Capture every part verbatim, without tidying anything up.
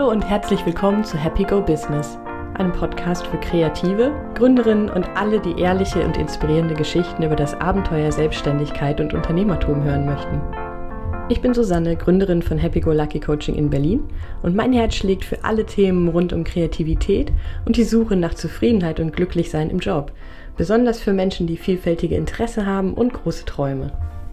Hallo und herzlich willkommen zu Happy Go Business, einem Podcast für Kreative, Gründerinnen und alle, die ehrliche und inspirierende Geschichten über das Abenteuer Selbstständigkeit und Unternehmertum hören möchten. Ich bin Susanne, Gründerin von Happy Go Lucky Coaching in Berlin und mein Herz schlägt für alle Themen rund um Kreativität und die Suche nach Zufriedenheit und Glücklichsein im Job, besonders für Menschen, die vielfältige Interessen haben und große Träume.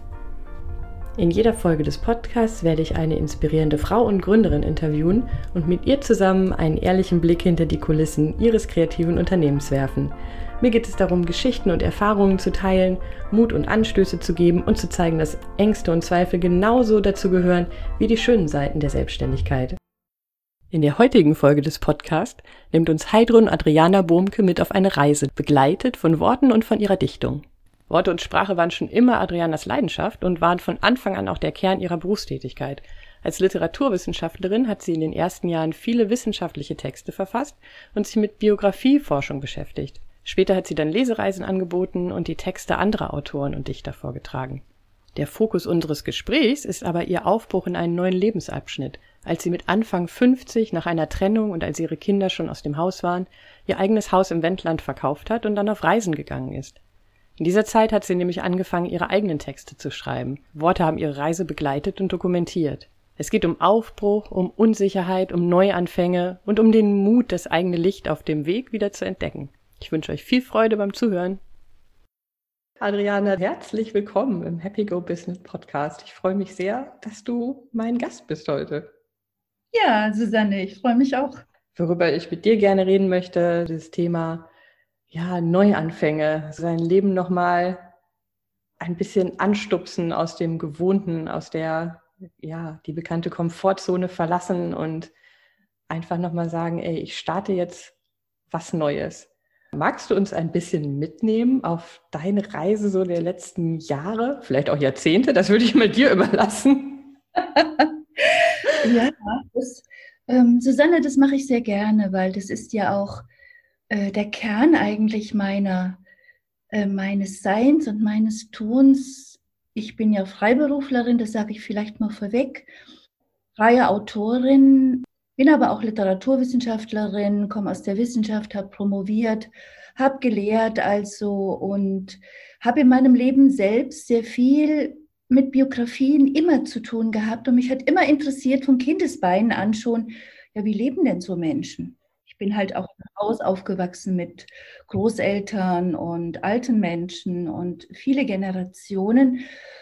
In jeder Folge des Podcasts werde ich eine inspirierende Frau und Gründerin interviewen und mit ihr zusammen einen ehrlichen Blick hinter die Kulissen ihres kreativen Unternehmens werfen. Mir geht es darum, Geschichten und Erfahrungen zu teilen, Mut und Anstöße zu geben und zu zeigen, dass Ängste und Zweifel genauso dazu gehören wie die schönen Seiten der Selbstständigkeit. In der heutigen Folge des Podcasts nimmt uns Heidrun Adriana Bohmke mit auf eine Reise, begleitet von Worten und von ihrer Dichtung. Worte und Sprache waren schon immer Adrianas Leidenschaft und waren von Anfang an auch der Kern ihrer Berufstätigkeit. Als Literaturwissenschaftlerin hat sie in den ersten Jahren viele wissenschaftliche Texte verfasst und sich mit Biografieforschung beschäftigt. Später hat sie dann Lesereisen angeboten und die Texte anderer Autoren und Dichter vorgetragen. Der Fokus unseres Gesprächs ist aber ihr Aufbruch in einen neuen Lebensabschnitt, als sie mit Anfang fünfzig nach einer Trennung und als ihre Kinder schon aus dem Haus waren, ihr eigenes Haus im Wendland verkauft hat und dann auf Reisen gegangen ist. In dieser Zeit hat sie nämlich angefangen, ihre eigenen Texte zu schreiben. Worte haben ihre Reise begleitet und dokumentiert. Es geht um Aufbruch, um Unsicherheit, um Neuanfänge und um den Mut, das eigene Licht auf dem Weg wieder zu entdecken. Ich wünsche euch viel Freude beim Zuhören. Adriana, herzlich willkommen im Happy Go Business Podcast. Ich freue mich sehr, dass du mein Gast bist heute. Ja, Susanne, ich freue mich auch. Worüber ich mit dir gerne reden möchte, das Thema ja, Neuanfänge, sein Leben nochmal ein bisschen anstupsen aus dem Gewohnten, aus der, ja, die bekannte Komfortzone verlassen und einfach nochmal sagen, ey, ich starte jetzt was Neues. Magst du uns ein bisschen mitnehmen auf deine Reise so der letzten Jahre, vielleicht auch Jahrzehnte? Das würde ich mal dir überlassen. Ja, das, ähm, Susanne, das mache ich sehr gerne, weil das ist ja auch der Kern eigentlich meiner, äh, meines Seins und meines Tuns. Ich bin ja Freiberuflerin, das sage ich vielleicht mal vorweg, freie Autorin, bin aber auch Literaturwissenschaftlerin, komme aus der Wissenschaft, habe promoviert, habe gelehrt also und habe in meinem Leben selbst sehr viel mit Biografien immer zu tun gehabt und mich hat immer interessiert von Kindesbeinen an schon, ja, wie leben denn so Menschen? Ich bin halt auch im Haus aufgewachsen mit Großeltern und alten Menschen und viele Generationen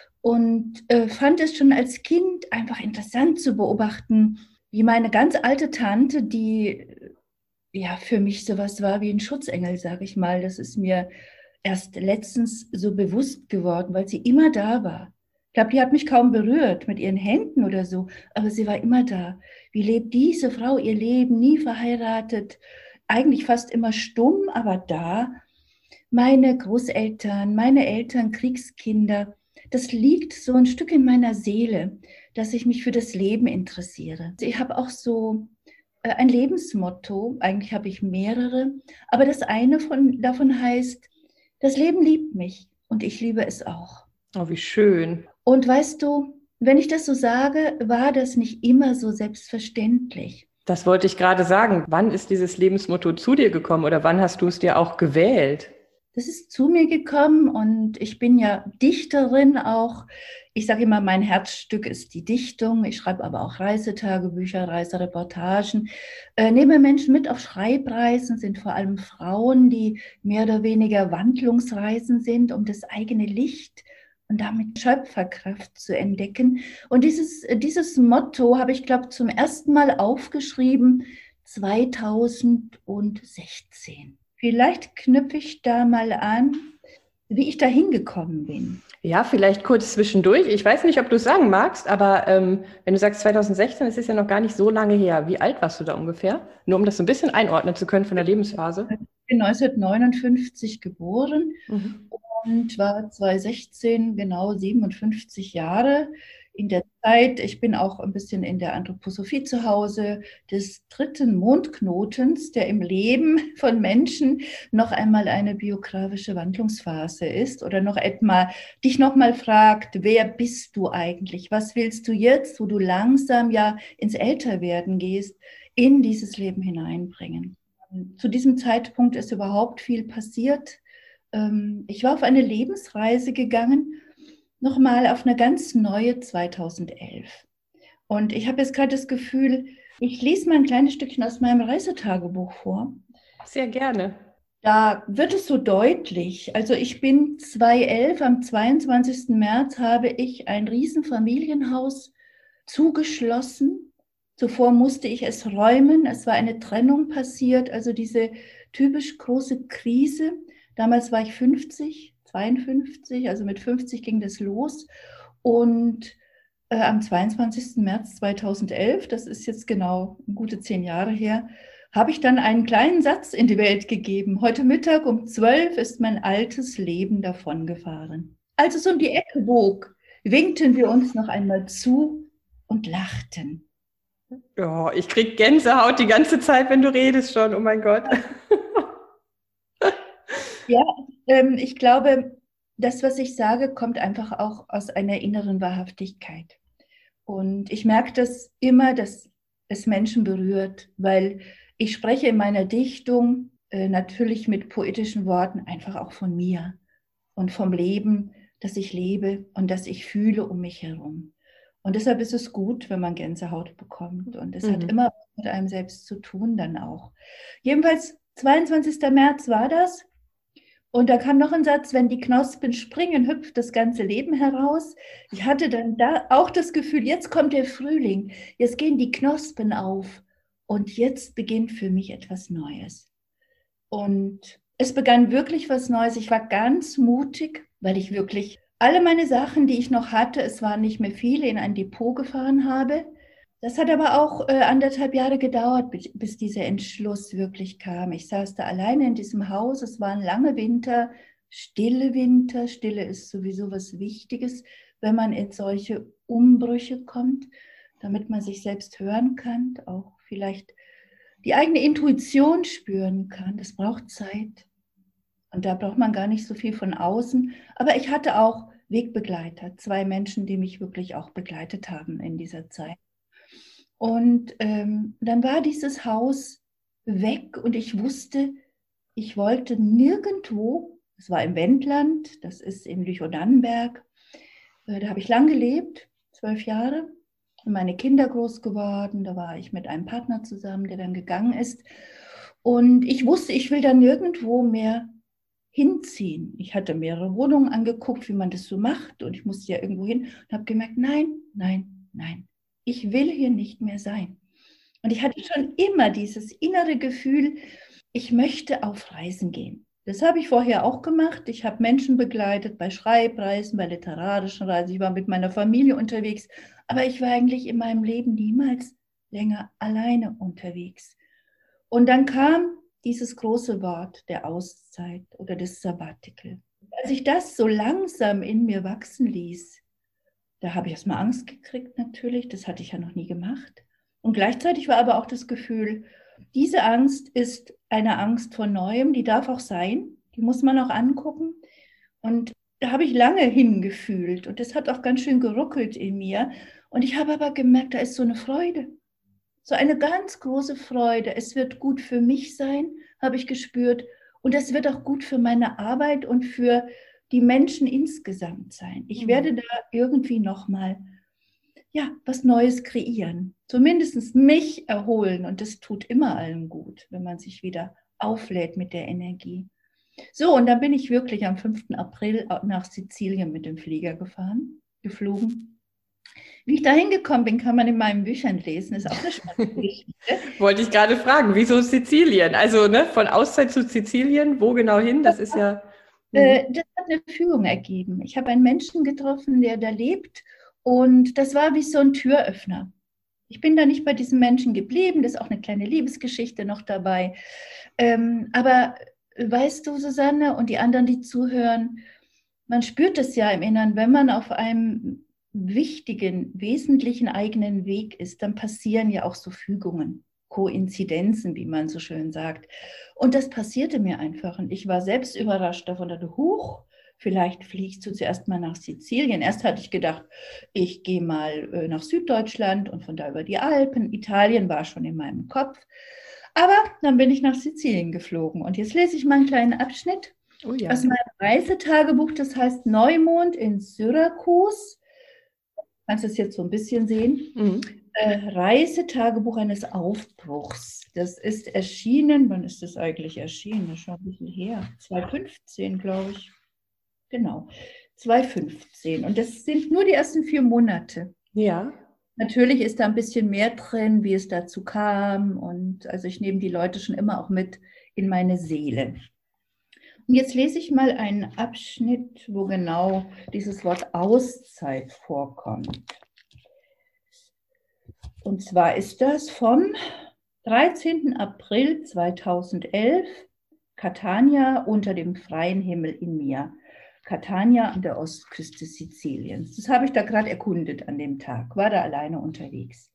und äh, fand es schon als Kind einfach interessant zu beobachten, wie meine ganz alte Tante, die ja für mich sowas war wie ein Schutzengel, sage ich mal, das ist mir erst letztens so bewusst geworden, weil sie immer da war. Ich glaube, die hat mich kaum berührt mit ihren Händen oder so, aber sie war immer da. Wie lebt diese Frau ihr Leben, nie verheiratet, eigentlich fast immer stumm, aber da. Meine Großeltern, meine Eltern, Kriegskinder, das liegt so ein Stück in meiner Seele, dass ich mich für das Leben interessiere. Ich habe auch so ein Lebensmotto, eigentlich habe ich mehrere, aber das eine von, davon heißt, das Leben liebt mich und ich liebe es auch. Oh, wie schön. Und weißt du, wenn ich das so sage, war das nicht immer so selbstverständlich. Das wollte ich gerade sagen. Wann ist dieses Lebensmotto zu dir gekommen oder wann hast du es dir auch gewählt? Das ist zu mir gekommen und ich bin ja Dichterin auch. Ich sage immer, mein Herzstück ist die Dichtung. Ich schreibe aber auch Reisetagebücher, Reisereportagen. Äh, nehme Menschen mit auf Schreibreisen, sind vor allem Frauen, die mehr oder weniger Wandlungsreisen sind, um das eigene Licht und damit Schöpferkraft zu entdecken. Und dieses, dieses Motto habe ich, glaube ich, zum ersten Mal aufgeschrieben zweitausendsechzehn. Vielleicht knüpfe ich da mal an, wie ich da hingekommen bin. Ja, vielleicht kurz zwischendurch. Ich weiß nicht, ob du es sagen magst, aber ähm, wenn du sagst zweitausendsechzehn, das ist ja noch gar nicht so lange her. Wie alt warst du da ungefähr? Nur um das so ein bisschen einordnen zu können von der Lebensphase. Ich bin neunzehnhundertneunundfünfzig geboren mhm. und war zweitausendsechzehn genau siebenundfünfzig Jahre. In der Zeit, ich bin auch ein bisschen in der Anthroposophie zu Hause, des dritten Mondknotens, der im Leben von Menschen noch einmal eine biografische Wandlungsphase ist oder noch etwa dich noch mal fragt, wer bist du eigentlich? Was willst du jetzt, wo du langsam ja ins Älterwerden gehst? in dieses Leben hineinbringen. Zu diesem Zeitpunkt ist überhaupt viel passiert. Ich war auf eine Lebensreise gegangen, nochmal auf eine ganz neue zweitausendelf. Und ich habe jetzt gerade das Gefühl, ich lese mal ein kleines Stückchen aus meinem Reisetagebuch vor. Sehr gerne. Da wird es so deutlich. Also ich bin zweitausendelf, am zweiundzwanzigsten März habe ich ein Riesenfamilienhaus zugeschlossen. Zuvor musste ich es räumen. Es war eine Trennung passiert, also diese typisch große Krise. Damals war ich fünfzig, zweiundfünfzig, also mit fünfzig ging das los. Und äh, am zweiundzwanzigsten März zweitausendelf, das ist jetzt genau gute zehn Jahre her, habe ich dann einen kleinen Satz in die Welt gegeben. Heute Mittag um zwölf ist mein altes Leben davongefahren. Als es um die Ecke bog, winkten wir uns noch einmal zu und lachten. Oh, ich kriege Gänsehaut die ganze Zeit, wenn du redest schon. Oh mein Gott. Ja, ähm, ich glaube, das, was ich sage, kommt einfach auch aus einer inneren Wahrhaftigkeit. Und ich merke das immer, dass es Menschen berührt, weil ich spreche in meiner Dichtung äh, natürlich mit poetischen Worten einfach auch von mir und vom Leben, das ich lebe und das ich fühle um mich herum. Und deshalb ist es gut, wenn man Gänsehaut bekommt. Und es mhm. hat immer mit einem selbst zu tun dann auch. Jedenfalls zweiundzwanzigsten März war das. Und da kam noch ein Satz: Wenn die Knospen springen, hüpft das ganze Leben heraus. Ich hatte dann da auch das Gefühl, jetzt kommt der Frühling, jetzt gehen die Knospen auf und jetzt beginnt für mich etwas Neues. Und es begann wirklich was Neues. Ich war ganz mutig, weil ich wirklich alle meine Sachen, die ich noch hatte, es waren nicht mehr viele, in ein Depot gefahren habe. Das hat aber auch äh, anderthalb Jahre gedauert, bis, bis dieser Entschluss wirklich kam. Ich saß da alleine in diesem Haus, es waren lange Winter, stille Winter. Stille ist sowieso was Wichtiges, wenn man in solche Umbrüche kommt, damit man sich selbst hören kann, auch vielleicht die eigene Intuition spüren kann. Das braucht Zeit. Und da braucht man gar nicht so viel von außen. Aber ich hatte auch Wegbegleiter, zwei Menschen, die mich wirklich auch begleitet haben in dieser Zeit. Und ähm, dann war dieses Haus weg und ich wusste, ich wollte nirgendwo, es war im Wendland, das ist in Lüchow-Dannenberg, äh, da habe ich lang gelebt, zwölf Jahre, und meine Kinder groß geworden, da war ich mit einem Partner zusammen, der dann gegangen ist. Und ich wusste, ich will da nirgendwo mehr hinziehen. Ich hatte mehrere Wohnungen angeguckt, wie man das so macht, und ich musste ja irgendwo hin und habe gemerkt, nein, nein, nein. Ich will hier nicht mehr sein. Und ich hatte schon immer dieses innere Gefühl, ich möchte auf Reisen gehen. Das habe ich vorher auch gemacht. Ich habe Menschen begleitet bei Schreibreisen, bei literarischen Reisen. Ich war mit meiner Familie unterwegs. Aber ich war eigentlich in meinem Leben niemals länger alleine unterwegs. Und dann kam dieses große Wort der Auszeit oder des Sabbatical. Als ich das so langsam in mir wachsen ließ, da habe ich erstmal Angst gekriegt natürlich, das hatte ich ja noch nie gemacht. Und gleichzeitig war aber auch das Gefühl, diese Angst ist eine Angst vor Neuem, die darf auch sein, die muss man auch angucken. Und da habe ich lange hingefühlt und das hat auch ganz schön geruckelt in mir. Und ich habe aber gemerkt, da ist so eine Freude, so eine ganz große Freude. Es wird gut für mich sein, habe ich gespürt. Und es wird auch gut für meine Arbeit und für die Menschen insgesamt sein. Ich werde da irgendwie nochmal ja, was Neues kreieren. Zumindest mich erholen. Und das tut immer allen gut, wenn man sich wieder auflädt mit der Energie. So, und dann bin ich wirklich am fünften April nach Sizilien mit dem Flieger gefahren, geflogen. Wie ich da hingekommen bin, kann man in meinen Büchern lesen. Das ist auch eine spannende Geschichte. Wollte ich gerade fragen, wieso Sizilien? Also ne, von Auszeit zu Sizilien, wo genau hin? Das ist ja... Das hat eine Fügung ergeben. Ich habe einen Menschen getroffen, der da lebt, und das war wie so ein Türöffner. Ich bin da nicht bei diesem Menschen geblieben, das ist auch eine kleine Liebesgeschichte noch dabei. Ähm, aber weißt du, Susanne und die anderen, die zuhören, man spürt es ja im Inneren, wenn man auf einem wichtigen, wesentlichen eigenen Weg ist, dann passieren ja auch so Fügungen. Koinzidenzen, wie man so schön sagt. Und das passierte mir einfach. Und ich war selbst überrascht davon, dachte, huch, vielleicht fliegst du zuerst mal nach Sizilien. Erst hatte ich gedacht, ich gehe mal äh, nach Süddeutschland und von da über die Alpen. Italien war schon in meinem Kopf. Aber dann bin ich nach Sizilien geflogen. Und jetzt lese ich mal einen kleinen Abschnitt Oh ja. aus meinem Reisetagebuch. Das heißt Neumond in Syrakus. Kannst du es jetzt so ein bisschen sehen? Mhm. Äh, Reisetagebuch eines Aufbruchs. Das ist erschienen, wann ist das eigentlich erschienen? Das ist schon ein bisschen her. zweitausendfünfzehn, glaube ich. Genau, zweitausendfünfzehn. Und das sind nur die ersten vier Monate. Ja. Natürlich ist da ein bisschen mehr drin, wie es dazu kam. Und also ich nehme die Leute schon immer auch mit in meine Seele. Und jetzt lese ich mal einen Abschnitt, wo genau dieses Wort Auszeit vorkommt. Und zwar ist das vom dreizehnten April zweitausendelf, Catania unter dem freien Himmel in mir. Catania an der Ostküste Siziliens. Das habe ich da gerade erkundet an dem Tag, war da alleine unterwegs.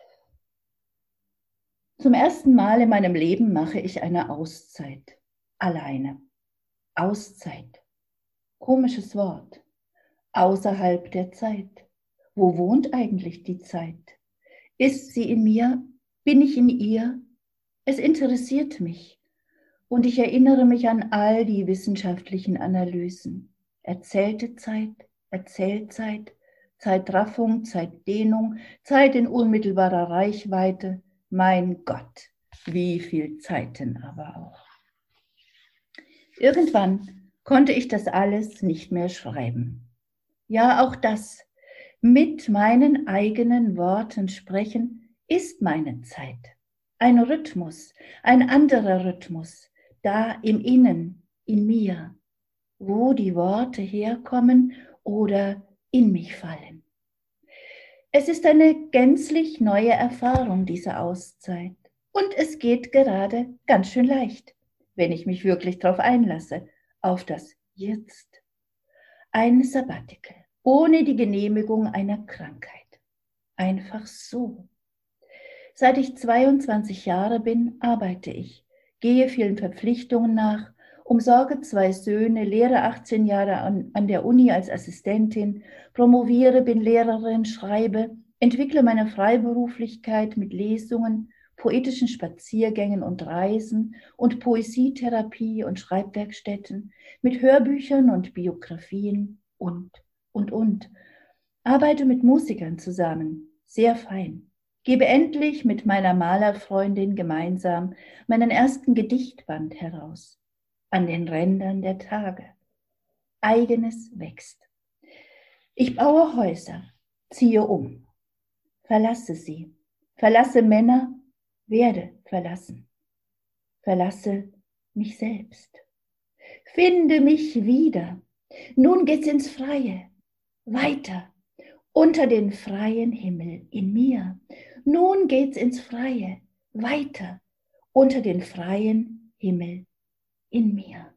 Zum ersten Mal in meinem Leben mache ich eine Auszeit. Alleine. Auszeit. Komisches Wort. Außerhalb der Zeit. Wo wohnt eigentlich die Zeit? Ist sie in mir? Bin ich in ihr? Es interessiert mich. Und ich erinnere mich an all die wissenschaftlichen Analysen. Erzählte Zeit, Erzählzeit, Zeitraffung, Zeitdehnung, Zeit in unmittelbarer Reichweite. Mein Gott, wie viel Zeiten aber auch. Irgendwann konnte ich das alles nicht mehr schreiben. Ja, auch das, mit meinen eigenen Worten sprechen, ist meine Zeit. Ein Rhythmus, ein anderer Rhythmus, da im Innen, in mir, wo die Worte herkommen oder in mich fallen. Es ist eine gänzlich neue Erfahrung, diese Auszeit. Und es geht gerade ganz schön leicht, wenn ich mich wirklich darauf einlasse, auf das Jetzt. Ein Sabbatical, ohne die Genehmigung einer Krankheit. Einfach so. Seit ich zweiundzwanzig Jahre bin, arbeite ich, gehe vielen Verpflichtungen nach, umsorge zwei Söhne, lehre achtzehn Jahre an, an der Uni als Assistentin, promoviere, bin Lehrerin, schreibe, entwickle meine Freiberuflichkeit mit Lesungen, poetischen Spaziergängen und Reisen und Poesietherapie und Schreibwerkstätten, mit Hörbüchern und Biografien und, und, und. Arbeite mit Musikern zusammen, sehr fein. Gebe endlich mit meiner Malerfreundin gemeinsam meinen ersten Gedichtband heraus. An den Rändern der Tage. Eigenes wächst. Ich baue Häuser, ziehe um, verlasse sie, verlasse Männer, werde verlassen, verlasse mich selbst. Finde mich wieder. Nun geht's ins Freie, weiter, unter den freien Himmel in mir. Nun geht's ins Freie, weiter, unter den freien Himmel in mir.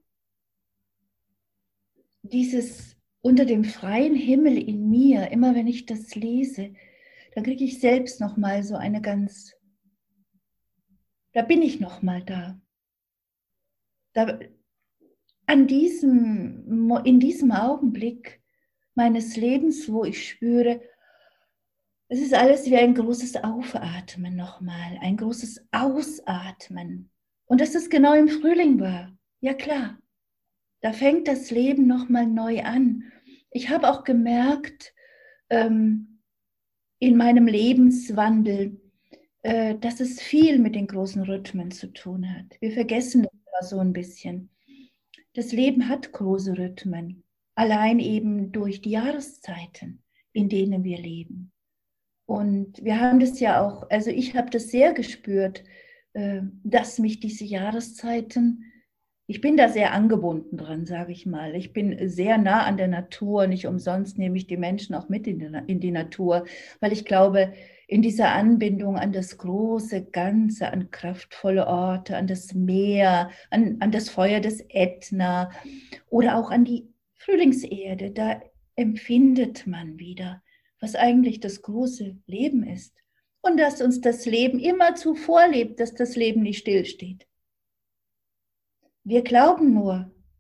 Dieses unter dem freien Himmel in mir, immer wenn ich das lese, dann kriege ich selbst nochmal so eine ganz, da bin ich nochmal da. da. An diesem, in diesem Augenblick meines Lebens, wo ich spüre, es ist alles wie ein großes Aufatmen nochmal, ein großes Ausatmen. Und dass es genau im Frühling war, ja klar. Da fängt das Leben nochmal neu an. Ich habe auch gemerkt ähm, in meinem Lebenswandel, äh, dass es viel mit den großen Rhythmen zu tun hat. Wir vergessen das immer so ein bisschen. Das Leben hat große Rhythmen, allein eben durch die Jahreszeiten, in denen wir leben. Und wir haben das ja auch, also ich habe das sehr gespürt, äh, dass mich diese Jahreszeiten, ich bin da sehr angebunden dran, sage ich mal. Ich bin sehr nah an der Natur. Nicht umsonst nehme ich die Menschen auch mit in die, in die Natur, weil ich glaube, in dieser Anbindung an das große Ganze, an kraftvolle Orte, an das Meer, an, an das Feuer des Ätna oder auch an die Frühlingserde, da empfindet man wieder, was eigentlich das große Leben ist. Und dass uns das Leben immerzu vorlebt, dass das Leben nicht stillsteht. Wir glauben nur,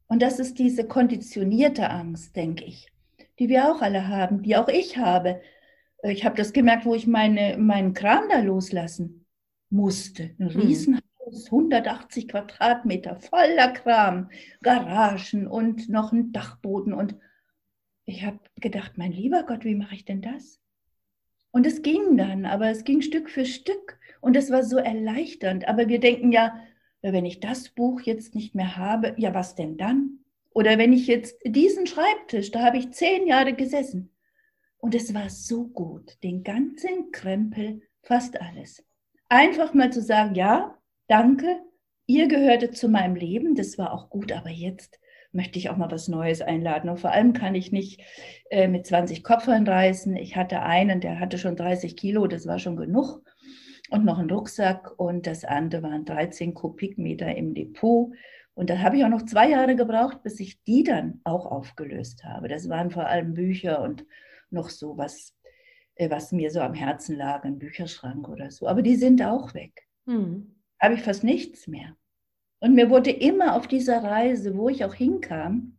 Und das ist diese konditionierte Angst, denke ich, die wir auch alle haben, die auch ich habe. Ich habe das gemerkt, wo ich meine, meinen Kram da loslassen musste. Ein Hm. Riesenhaus, hundertachtzig Quadratmeter, voller Kram, Garagen und noch ein Dachboden. Und ich habe gedacht, mein lieber Gott, wie mache ich denn das? Und es ging dann, aber es ging Stück für Stück. Und es war so erleichternd. Aber wir denken ja, wenn ich das Buch jetzt nicht mehr habe, ja, was denn dann? Oder wenn ich jetzt diesen Schreibtisch, da habe ich zehn Jahre gesessen. Und es war so gut, den ganzen Krempel, fast alles. Einfach mal zu sagen, ja, danke, ihr gehörtet zu meinem Leben, das war auch gut, aber jetzt möchte ich auch mal was Neues einladen. Und vor allem kann ich nicht äh, mit zwanzig Koffern reisen. Ich hatte einen, der hatte schon dreißig Kilo, das war schon genug. Und noch einen Rucksack und das andere waren dreizehn Kubikmeter im Depot. Und da habe ich auch noch zwei Jahre gebraucht, bis ich die dann auch aufgelöst habe. Das waren vor allem Bücher und noch so was, was mir so am Herzen lag, ein Bücherschrank oder so. Aber die sind auch weg. Hm. Habe ich fast nichts mehr. Und mir wurde immer auf dieser Reise, wo ich auch hinkam,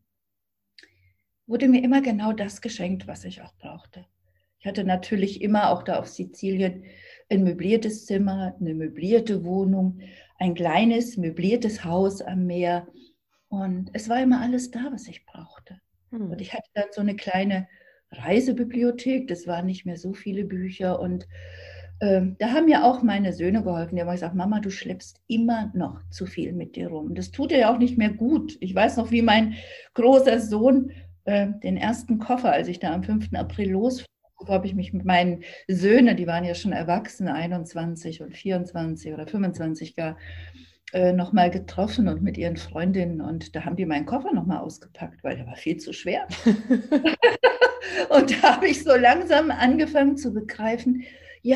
wurde mir immer genau das geschenkt, was ich auch brauchte. Ich hatte natürlich immer auch da auf Sizilien ein möbliertes Zimmer, eine möblierte Wohnung, ein kleines möbliertes Haus am Meer. Und es war immer alles da, was ich brauchte. Hm. Und ich hatte dann so eine kleine Reisebibliothek, das waren nicht mehr so viele Bücher. Und ähm, da haben mir auch meine Söhne geholfen. Die haben gesagt, Mama, du schleppst immer noch zu viel mit dir rum. Das tut dir ja auch nicht mehr gut. Ich weiß noch, wie mein großer Sohn äh, den ersten Koffer, als ich da am fünften April losfuhr, habe ich mich mit meinen Söhnen, die waren ja schon erwachsen, einundzwanzig und vierundzwanzig oder fünfundzwanzig gar, äh, nochmal getroffen und mit ihren Freundinnen. Und da haben die meinen Koffer nochmal ausgepackt, weil der war viel zu schwer. Und da habe ich so langsam angefangen zu begreifen, ja,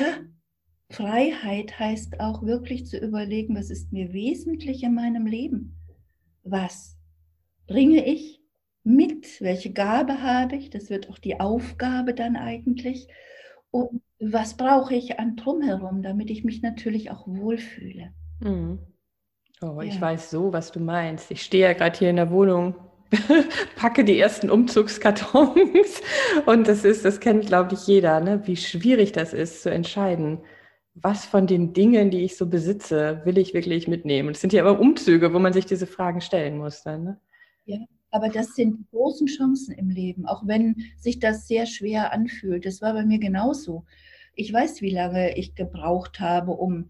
Freiheit heißt auch wirklich zu überlegen, was ist mir wesentlich in meinem Leben? Was bringe ich mit? Welche Gabe habe ich? Das wird auch die Aufgabe dann eigentlich. Und was brauche ich an drumherum, damit ich mich natürlich auch wohlfühle? Mhm. Oh, ja. Ich weiß so, was du meinst. Ich stehe ja gerade hier in der Wohnung, packe die ersten Umzugskartons und das ist, das kennt, glaube ich, jeder, ne? Wie schwierig das ist zu entscheiden, was von den Dingen, die ich so besitze, will ich wirklich mitnehmen. Es sind ja immer Umzüge, wo man sich diese Fragen stellen muss dann, ne? Ja, aber das sind die großen Chancen im Leben, auch wenn sich das sehr schwer anfühlt. Das war bei mir genauso. Ich weiß, wie lange ich gebraucht habe, um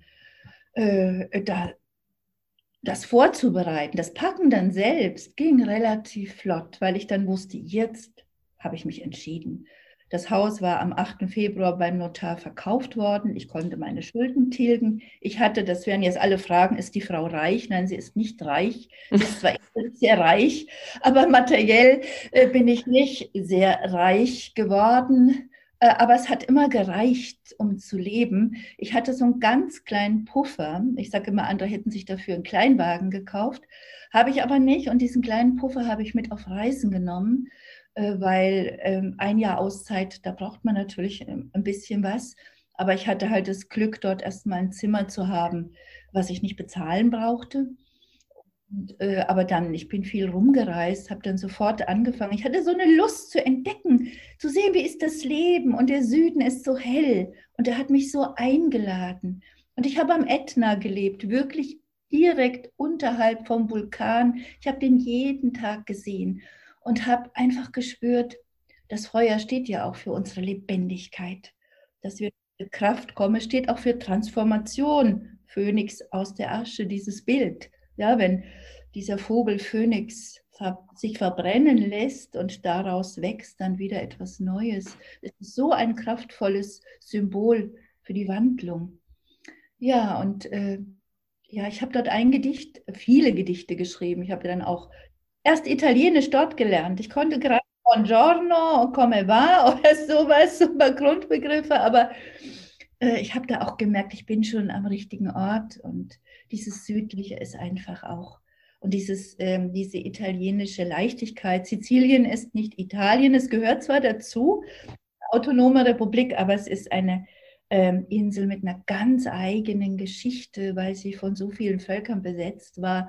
äh, da das vorzubereiten. Das Packen dann selbst ging relativ flott, weil ich dann wusste, jetzt habe ich mich entschieden. Das Haus war am achten Februar beim Notar verkauft worden. Ich konnte meine Schulden tilgen. Ich hatte, das werden jetzt alle fragen, ist die Frau reich? Nein, sie ist nicht reich. Sie ist zwar sehr reich, aber materiell äh, bin ich nicht sehr reich geworden. Aber es hat immer gereicht, um zu leben. Ich hatte so einen ganz kleinen Puffer. Ich sage immer, andere hätten sich dafür einen Kleinwagen gekauft. Habe ich aber nicht. Und diesen kleinen Puffer habe ich mit auf Reisen genommen, weil ein Jahr Auszeit, da braucht man natürlich ein bisschen was. Aber ich hatte halt das Glück, dort erstmal ein Zimmer zu haben, was ich nicht bezahlen brauchte. Und, äh, aber dann, ich bin viel rumgereist, habe dann sofort angefangen. Ich hatte so eine Lust zu entdecken, zu sehen, wie ist das Leben. Und der Süden ist so hell. Und er hat mich so eingeladen. Und ich habe am Ätna gelebt, wirklich direkt unterhalb vom Vulkan. Ich habe den jeden Tag gesehen und habe einfach gespürt, das Feuer steht ja auch für unsere Lebendigkeit. Dass wir mit Kraft kommen, steht auch für Transformation. Phönix aus der Asche, dieses Bild. Ja, wenn dieser Vogel Phönix sich verbrennen lässt und daraus wächst dann wieder etwas Neues. Es ist so ein kraftvolles Symbol für die Wandlung. Ja, und äh, ja, ich habe dort ein Gedicht, viele Gedichte geschrieben. Ich habe dann auch erst Italienisch dort gelernt. Ich konnte gerade Buongiorno, come va oder sowas, so ein paar Grundbegriffe, aber äh, ich habe da auch gemerkt, ich bin schon am richtigen Ort und dieses Südliche ist einfach auch, und dieses, ähm, diese italienische Leichtigkeit. Sizilien ist nicht Italien, es gehört zwar dazu, autonome Republik, aber es ist eine ähm, Insel mit einer ganz eigenen Geschichte, weil sie von so vielen Völkern besetzt war.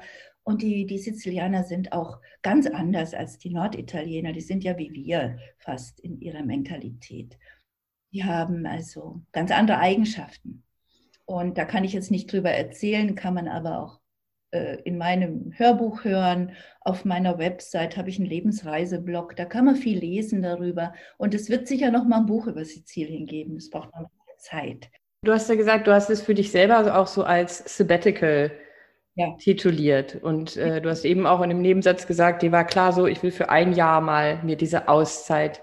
Und die, die Sizilianer sind auch ganz anders als die Norditaliener. Die sind ja wie wir fast in ihrer Mentalität. Die haben also ganz andere Eigenschaften. Und da kann ich jetzt nicht drüber erzählen, kann man aber auch äh, in meinem Hörbuch hören. Auf meiner Website habe ich einen Lebensreiseblog, da kann man viel lesen darüber. Und es wird sicher noch mal ein Buch über Sizilien geben. Es braucht noch Zeit. Du hast ja gesagt, du hast es für dich selber auch so als Sabbatical ja. tituliert. Und äh, du hast eben auch in dem Nebensatz gesagt, dir war klar so, ich will für ein Jahr mal mir diese Auszeit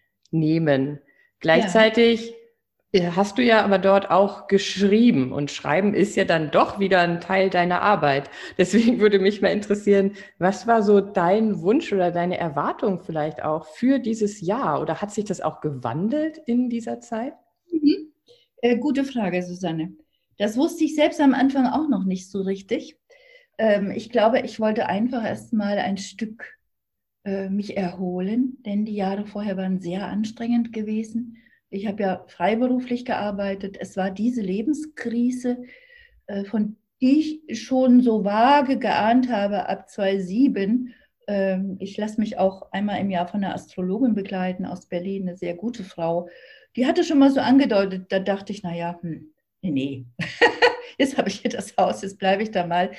nehmen. Gleichzeitig ja. hast du ja aber dort auch geschrieben. Und Schreiben ist ja dann doch wieder ein Teil deiner Arbeit. Deswegen würde mich mal interessieren, was war so dein Wunsch oder deine Erwartung vielleicht auch für dieses Jahr? Oder hat sich das auch gewandelt in dieser Zeit? Mhm. Äh, gute Frage, Susanne. Das wusste ich selbst am Anfang auch noch nicht so richtig. Ähm, ich glaube, ich wollte einfach erst mal ein Stück äh, mich erholen, denn die Jahre vorher waren sehr anstrengend gewesen. Ich habe ja freiberuflich gearbeitet. Es war diese Lebenskrise, äh, von die ich schon so vage geahnt habe ab zweitausendsieben. Ähm, ich lasse mich auch einmal im Jahr von einer Astrologin begleiten aus Berlin, eine sehr gute Frau. Die hatte schon mal so angedeutet, da dachte ich, naja, hm, nee, nee. Jetzt habe ich hier das Haus, jetzt bleibe ich da mal.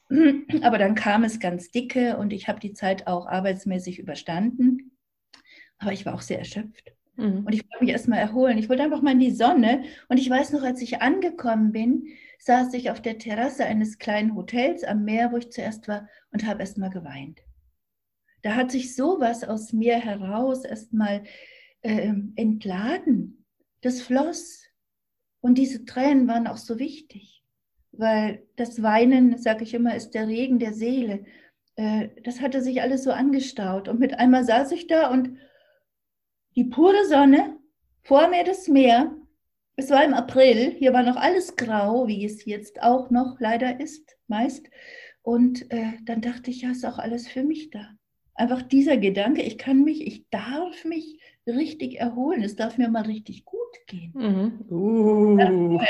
Aber dann kam es ganz dicke und ich habe die Zeit auch arbeitsmäßig überstanden. Aber ich war auch sehr erschöpft. Mhm. Und ich wollte mich erst mal erholen. Ich wollte einfach mal in die Sonne. Und ich weiß noch, als ich angekommen bin, saß ich auf der Terrasse eines kleinen Hotels am Meer, wo ich zuerst war, und habe erst mal geweint. Da hat sich sowas aus mir heraus erst mal äh, entladen. Das floss. Und diese Tränen waren auch so wichtig, weil das Weinen, sage ich immer, ist der Regen der Seele. Äh, das hatte sich alles so angestaut. Und mit einmal saß ich da und die pure Sonne, vor mir das Meer. Es war im April, hier war noch alles grau, wie es jetzt auch noch leider ist, meist. Und äh, dann dachte ich, ja, ist auch alles für mich da. Einfach dieser Gedanke, ich kann mich, ich darf mich richtig erholen. Es darf mir mal richtig gut gehen. Mhm. Uh.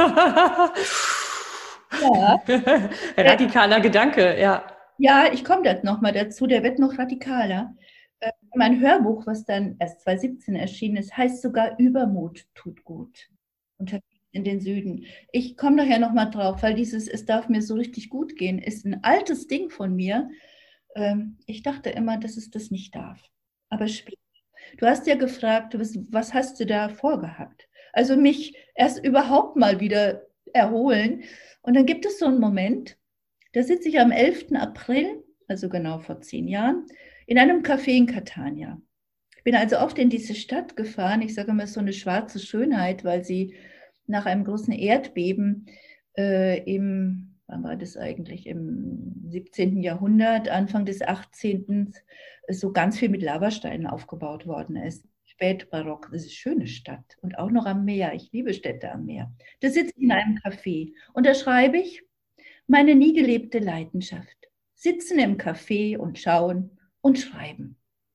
Ja. Radikaler Gedanke, ja. Ja, ich komme da nochmal dazu, der wird noch radikaler. Äh, mein Hörbuch, was dann erst zweitausendsiebzehn erschienen ist, heißt sogar Übermut tut gut. Unterwegs in den Süden. Ich komme nachher nochmal drauf, weil dieses Es darf mir so richtig gut gehen, ist ein altes Ding von mir. Ähm, ich dachte immer, dass es das nicht darf. Aber später. Du hast ja gefragt, was, was hast du da vorgehabt? Also mich erst überhaupt mal wieder erholen. Und dann gibt es so einen Moment, da sitze ich am elften April, also genau vor zehn Jahren, in einem Café in Catania. Ich bin also oft in diese Stadt gefahren. Ich sage immer, es ist so eine schwarze Schönheit, weil sie nach einem großen Erdbeben äh, im, wann war das eigentlich, im siebzehnten Jahrhundert, Anfang des achtzehnten so ganz viel mit Lavasteinen aufgebaut worden ist. Spätbarock, das ist eine schöne Stadt und auch noch am Meer. Ich liebe Städte am Meer. Da sitze ich in einem Café und da schreibe ich meine nie gelebte Leidenschaft. Sitzen im Café und schauen und schreiben.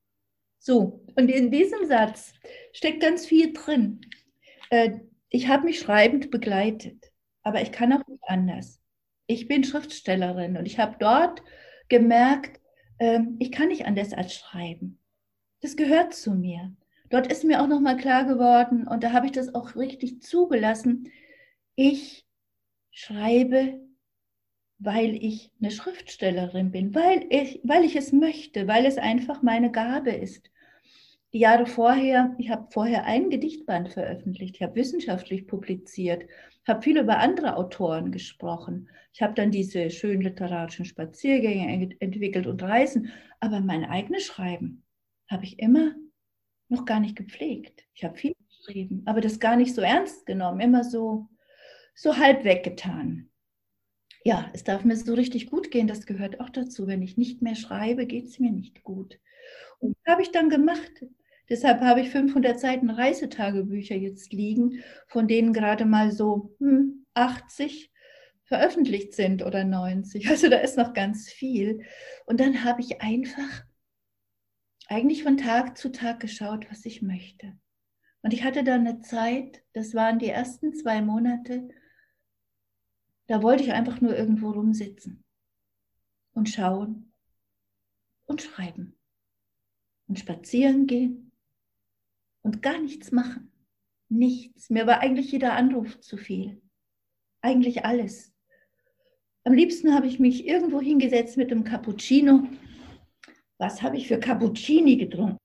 So, und in diesem Satz steckt ganz viel drin. Äh, ich habe mich schreibend begleitet, aber ich kann auch nicht anders. Ich bin Schriftstellerin und ich habe dort gemerkt, äh, ich kann nicht anders als schreiben. Das gehört zu mir. Dort ist mir auch nochmal klar geworden und da habe ich das auch richtig zugelassen. Ich schreibe, weil ich eine Schriftstellerin bin, weil ich, weil ich es möchte, weil es einfach meine Gabe ist. Die Jahre vorher, ich habe vorher ein Gedichtband veröffentlicht, ich habe wissenschaftlich publiziert, habe viel über andere Autoren gesprochen. Ich habe dann diese schönen literarischen Spaziergänge entwickelt und Reisen, aber mein eigenes Schreiben habe ich immer noch gar nicht gepflegt. Ich habe viel geschrieben, aber das gar nicht so ernst genommen, immer so, so halb weggetan. Ja, es darf mir so richtig gut gehen, das gehört auch dazu. Wenn ich nicht mehr schreibe, geht es mir nicht gut. Und das habe ich dann gemacht. Deshalb habe ich fünfhundert Seiten Reisetagebücher jetzt liegen, von denen gerade mal so hm, achtzig veröffentlicht sind oder neunzig. Also da ist noch ganz viel. Und dann habe ich einfach eigentlich von Tag zu Tag geschaut, was ich möchte. Und ich hatte dann eine Zeit, das waren die ersten zwei Monate, da wollte ich einfach nur irgendwo rumsitzen. und schauen und schreiben und spazieren gehen und gar nichts machen. Nichts. Mir war eigentlich jeder Anruf zu viel. Eigentlich alles. Am liebsten habe ich mich irgendwo hingesetzt mit einem Cappuccino. Was habe ich für Cappuccini getrunken?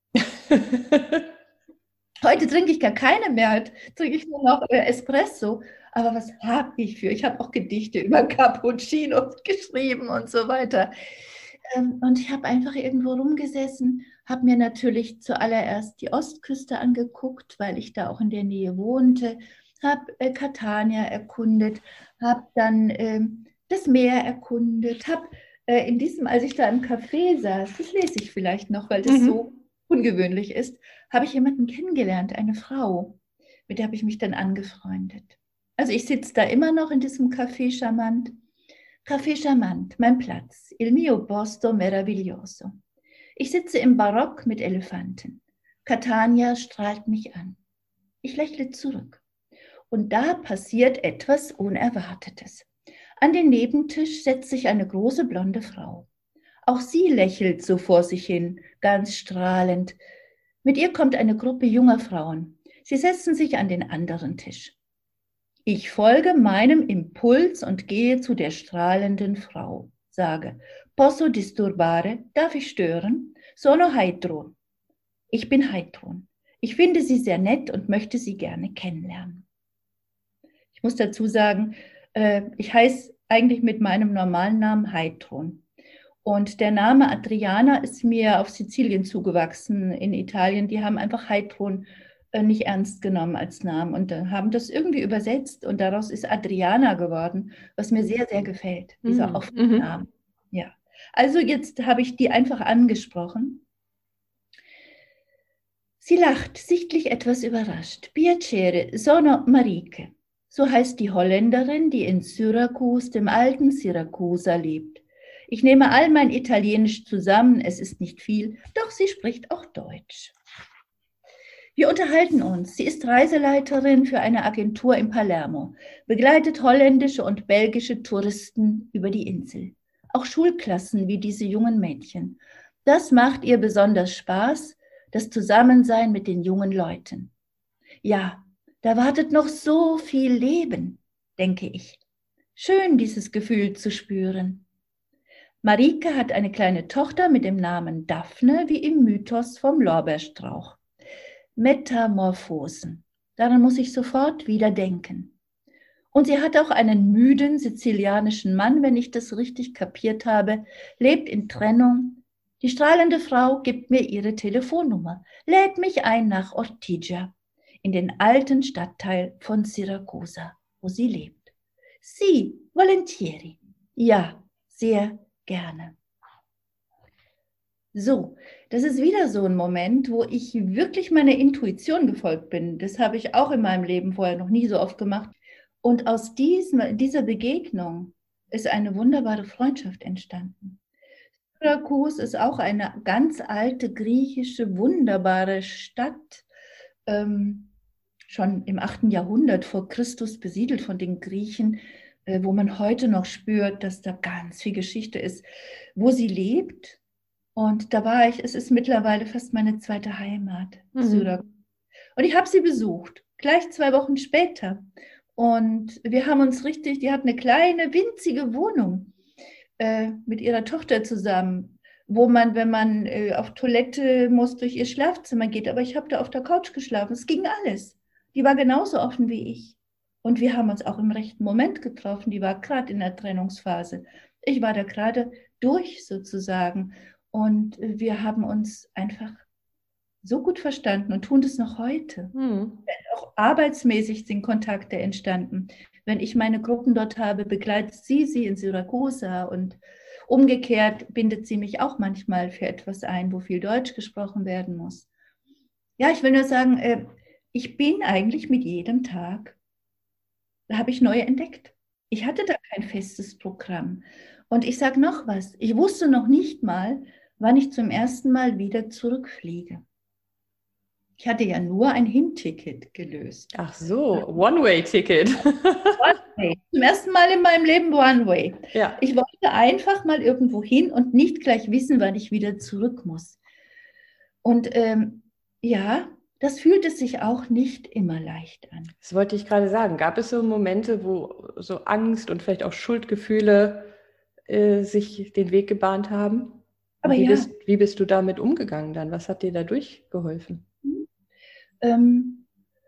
Heute trinke ich gar keine mehr. Heute trinke ich nur noch äh, Espresso. Aber was habe ich für? Ich habe auch Gedichte über Cappuccinos geschrieben und so weiter. Ähm, und ich habe einfach irgendwo rumgesessen, habe mir natürlich zuallererst die Ostküste angeguckt, weil ich da auch in der Nähe wohnte, habe äh, Catania erkundet, habe dann äh, das Meer erkundet, habe äh, in diesem, als ich da im Café saß, das lese ich vielleicht noch, weil das mhm. so ungewöhnlich ist, habe ich jemanden kennengelernt, eine Frau, mit der habe ich mich dann angefreundet. Also ich sitze da immer noch in diesem Café Charmant. Café Charmant, mein Platz, il mio posto meraviglioso. Ich sitze im Barock mit Elefanten. Catania strahlt mich an. Ich lächle zurück. Und da passiert etwas Unerwartetes. An den Nebentisch setzt sich eine große blonde Frau. Auch sie lächelt so vor sich hin, ganz strahlend. Mit ihr kommt eine Gruppe junger Frauen. Sie setzen sich an den anderen Tisch. Ich folge meinem Impuls und gehe zu der strahlenden Frau. Sage, posso disturbare? Darf ich stören? Sono Heidrun. Ich bin Heidrun. Ich finde sie sehr nett und möchte sie gerne kennenlernen. Ich muss dazu sagen, äh, ich heiße eigentlich mit meinem normalen Namen Heidrun. Und der Name Adriana ist mir auf Sizilien zugewachsen, in Italien. Die haben einfach Heidrun nicht ernst genommen als Namen und haben das irgendwie übersetzt und daraus ist Adriana geworden, was mir sehr, sehr gefällt, dieser offene mhm. Name. Ja. Also jetzt habe ich die einfach angesprochen. Sie lacht, sichtlich etwas überrascht. Piacere, sono Marike. So heißt die Holländerin, die in Syrakus, dem alten Syrakusa, lebt. Ich nehme all mein Italienisch zusammen, es ist nicht viel, doch sie spricht auch Deutsch. Wir unterhalten uns. Sie ist Reiseleiterin für eine Agentur in Palermo, begleitet holländische und belgische Touristen über die Insel. Auch Schulklassen wie diese jungen Mädchen. Das macht ihr besonders Spaß, das Zusammensein mit den jungen Leuten. Ja, da wartet noch so viel Leben, denke ich. Schön, dieses Gefühl zu spüren. Marike hat eine kleine Tochter mit dem Namen Daphne, wie im Mythos vom Lorbeerstrauch. Metamorphosen. Daran muss ich sofort wieder denken. Und sie hat auch einen müden sizilianischen Mann, wenn ich das richtig kapiert habe, lebt in Trennung. Die strahlende Frau gibt mir ihre Telefonnummer, lädt mich ein nach Ortigia, in den alten Stadtteil von Siracusa, wo sie lebt. Sie, volentieri. Ja, sehr gerne. So, das ist wieder so ein Moment, wo ich wirklich meiner Intuition gefolgt bin. Das habe ich auch in meinem Leben vorher noch nie so oft gemacht. Und aus diesem, dieser Begegnung ist eine wunderbare Freundschaft entstanden. Syrakus ist auch eine ganz alte griechische, wunderbare Stadt, ähm, schon im achten Jahrhundert vor Christus besiedelt von den Griechen, äh, wo man heute noch spürt, dass da ganz viel Geschichte ist, wo sie lebt. Und da war ich, es ist mittlerweile fast meine zweite Heimat, mhm. Syrakus. Und ich habe sie besucht, gleich zwei Wochen später. Und wir haben uns richtig, die hat eine kleine, winzige Wohnung äh, mit ihrer Tochter zusammen, wo man, wenn man äh, auf Toilette muss, durch ihr Schlafzimmer geht. Aber ich habe da auf der Couch geschlafen, es ging alles. Die war genauso offen wie ich. Und wir haben uns auch im rechten Moment getroffen, die war gerade in der Trennungsphase. Ich war da gerade durch sozusagen. Und wir haben uns einfach so gut verstanden und tun das noch heute. Hm. Auch arbeitsmäßig sind Kontakte entstanden. Wenn ich meine Gruppen dort habe, begleitet sie sie in Syracusa und umgekehrt bindet sie mich auch manchmal für etwas ein, wo viel Deutsch gesprochen werden muss. Ja, ich will nur sagen, ich bin eigentlich mit jedem Tag, da habe ich neue entdeckt. Ich hatte da kein festes Programm. Und ich sage noch was, ich wusste noch nicht mal, wann ich zum ersten Mal wieder zurückfliege. Ich hatte ja nur ein Hin-Ticket gelöst. Ach so, One-Way-Ticket. Way. Zum ersten Mal in meinem Leben One Way. Ja. Ich wollte einfach mal irgendwo hin und nicht gleich wissen, wann ich wieder zurück muss. Und ähm, ja, das fühlte sich auch nicht immer leicht an. Das wollte ich gerade sagen. Gab es so Momente, wo so Angst und vielleicht auch Schuldgefühle äh, sich den Weg gebahnt haben? Aber wie, ja. bist, wie bist du damit umgegangen dann? Was hat dir dadurch geholfen? Ähm,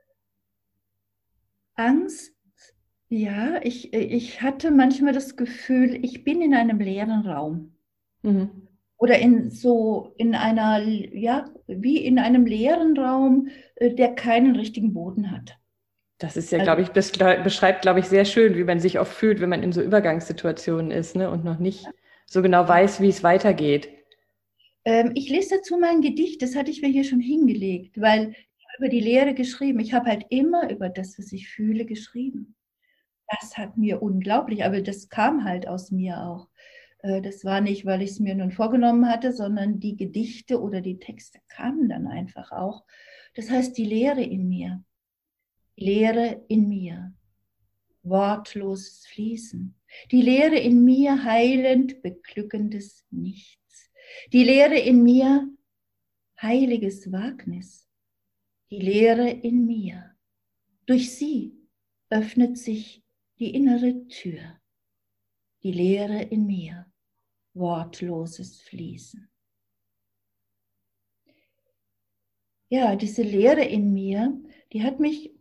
Angst, ja, ich, ich hatte manchmal das Gefühl, ich bin in einem leeren Raum. Mhm. Oder in so, in einer, ja, wie in einem leeren Raum, der keinen richtigen Boden hat. Das ist ja, glaube ich, das beschreibt, glaube ich, sehr schön, wie man sich oft fühlt, wenn man in so Übergangssituationen ist, ne, und noch nicht so genau weiß, wie es weitergeht. Ähm, ich lese dazu mein Gedicht, das hatte ich mir hier schon hingelegt, weil ich habe über die Leere geschrieben. Ich habe halt immer über das, was ich fühle, geschrieben. Das hat mir unglaublich, aber das kam halt aus mir auch. Das war nicht, weil ich es mir nun vorgenommen hatte, sondern die Gedichte oder die Texte kamen dann einfach auch. Das heißt, die Leere in mir, die Leere in mir, wortloses Fließen, die Leere in mir, heilend beglückendes Nichts, die Leere in mir, heiliges Wagnis, die Leere in mir. Durch sie öffnet sich die innere Tür, die Leere in mir, wortloses Fließen. Ja, diese Leere in mir, die hat mich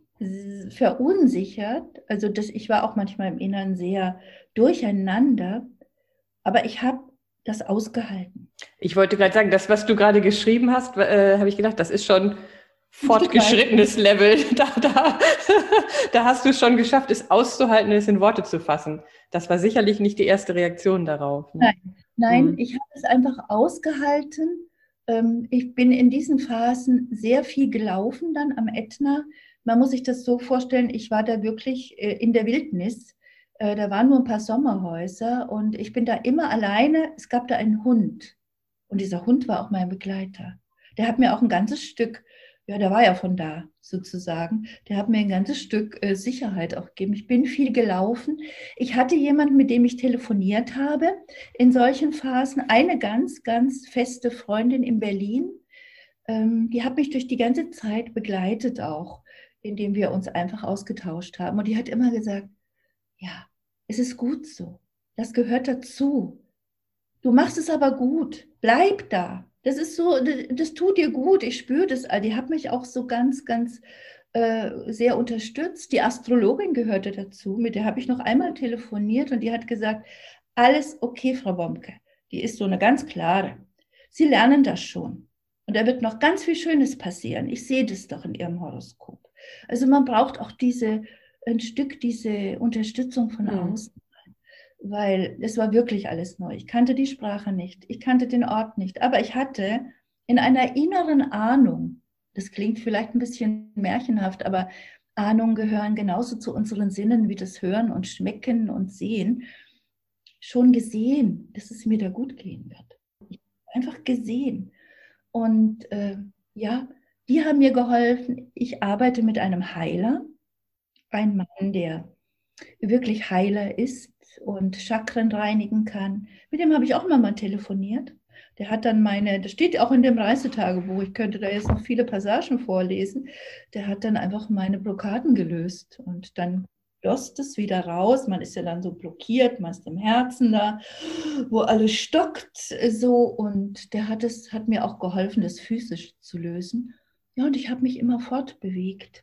verunsichert. Also das, ich war auch manchmal im Inneren sehr durcheinander, aber ich habe das ausgehalten. Ich wollte gerade sagen, das, was du gerade geschrieben hast, äh, habe ich gedacht, das ist schon fortgeschrittenes Level. Da, da, da hast du schon geschafft, es auszuhalten, es in Worte zu fassen. Das war sicherlich nicht die erste Reaktion darauf. Ne? Nein, nein, hm. ich habe es einfach ausgehalten. Ich bin in diesen Phasen sehr viel gelaufen dann am Ätna. Man muss sich das so vorstellen, ich war da wirklich in der Wildnis. Da waren nur ein paar Sommerhäuser und ich bin da immer alleine. Es gab da einen Hund und dieser Hund war auch mein Begleiter. Der hat mir auch ein ganzes Stück, ja, der war ja von da sozusagen, der hat mir ein ganzes Stück äh, Sicherheit auch gegeben. Ich bin viel gelaufen. Ich hatte jemanden, mit dem ich telefoniert habe in solchen Phasen. Eine ganz, ganz feste Freundin in Berlin, ähm, die hat mich durch die ganze Zeit begleitet auch, indem wir uns einfach ausgetauscht haben. Und die hat immer gesagt, ja, es ist gut so. Das gehört dazu. Du machst es aber gut. Bleib da. Das ist so, das, das tut dir gut. Ich spüre das. Die hat mich auch so ganz, ganz äh, sehr unterstützt. Die Astrologin gehörte dazu. Mit der habe ich noch einmal telefoniert und die hat gesagt, alles okay, Frau Bomke. Die ist so eine ganz klare. Sie lernen das schon. Und da wird noch ganz viel Schönes passieren. Ich sehe das doch in Ihrem Horoskop. Also man braucht auch diese, ein Stück diese Unterstützung von Mhm. außen. Weil es war wirklich alles neu. Ich kannte die Sprache nicht, ich kannte den Ort nicht, aber ich hatte in einer inneren Ahnung, das klingt vielleicht ein bisschen märchenhaft, aber Ahnungen gehören genauso zu unseren Sinnen wie das Hören und Schmecken und Sehen, schon gesehen, dass es mir da gut gehen wird. Ich habe einfach gesehen. Und äh, ja, die haben mir geholfen. Ich arbeite mit einem Heiler, ein Mann, der wirklich Heiler ist und Chakren reinigen kann. Mit dem habe ich auch mal telefoniert. Der hat dann meine, das steht auch in dem Reisetagebuch, ich könnte da jetzt noch viele Passagen vorlesen, der hat dann einfach meine Blockaden gelöst und dann floss das wieder raus. Man ist ja dann so blockiert, man ist im Herzen da, wo alles stockt so und der hat, es, hat mir auch geholfen, das physisch zu lösen. Ja, und ich habe mich immer fortbewegt.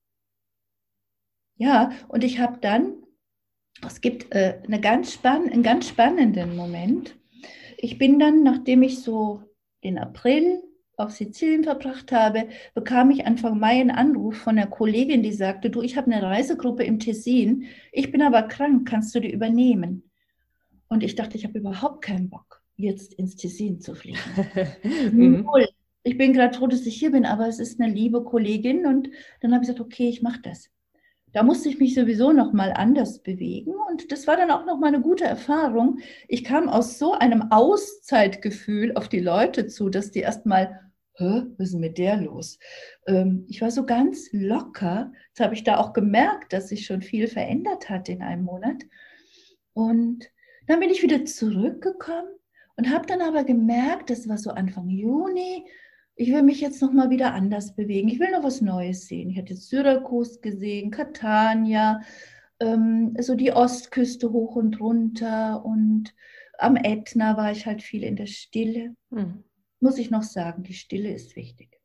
Ja, und ich habe dann, es gibt äh, eine ganz spann einen ganz spannenden Moment. Ich bin dann, nachdem ich so den April auf Sizilien verbracht habe, bekam ich Anfang Mai einen Anruf von einer Kollegin, die sagte, du, ich habe eine Reisegruppe im Tessin, ich bin aber krank, kannst du die übernehmen? Und ich dachte, ich habe überhaupt keinen Bock, jetzt ins Tessin zu fliegen. Null. Ich bin gerade froh, dass ich hier bin, aber es ist eine liebe Kollegin und dann habe ich gesagt, okay, ich mache das. Da musste ich mich sowieso noch mal anders bewegen und das war dann auch noch mal eine gute Erfahrung. Ich kam aus so einem Auszeitgefühl auf die Leute zu, dass die erst mal hä, was ist denn mit der los? Ähm, ich war so ganz locker. Jetzt habe ich da auch gemerkt, dass sich schon viel verändert hat in einem Monat. Und dann bin ich wieder zurückgekommen und habe dann aber gemerkt, das war so Anfang Juni, ich will mich jetzt nochmal wieder anders bewegen. Ich will noch was Neues sehen. Ich hatte jetzt Syrakus gesehen, Catania, ähm, so die Ostküste hoch und runter und am Ätna war ich halt viel in der Stille. Hm. Muss ich noch sagen, die Stille ist wichtig.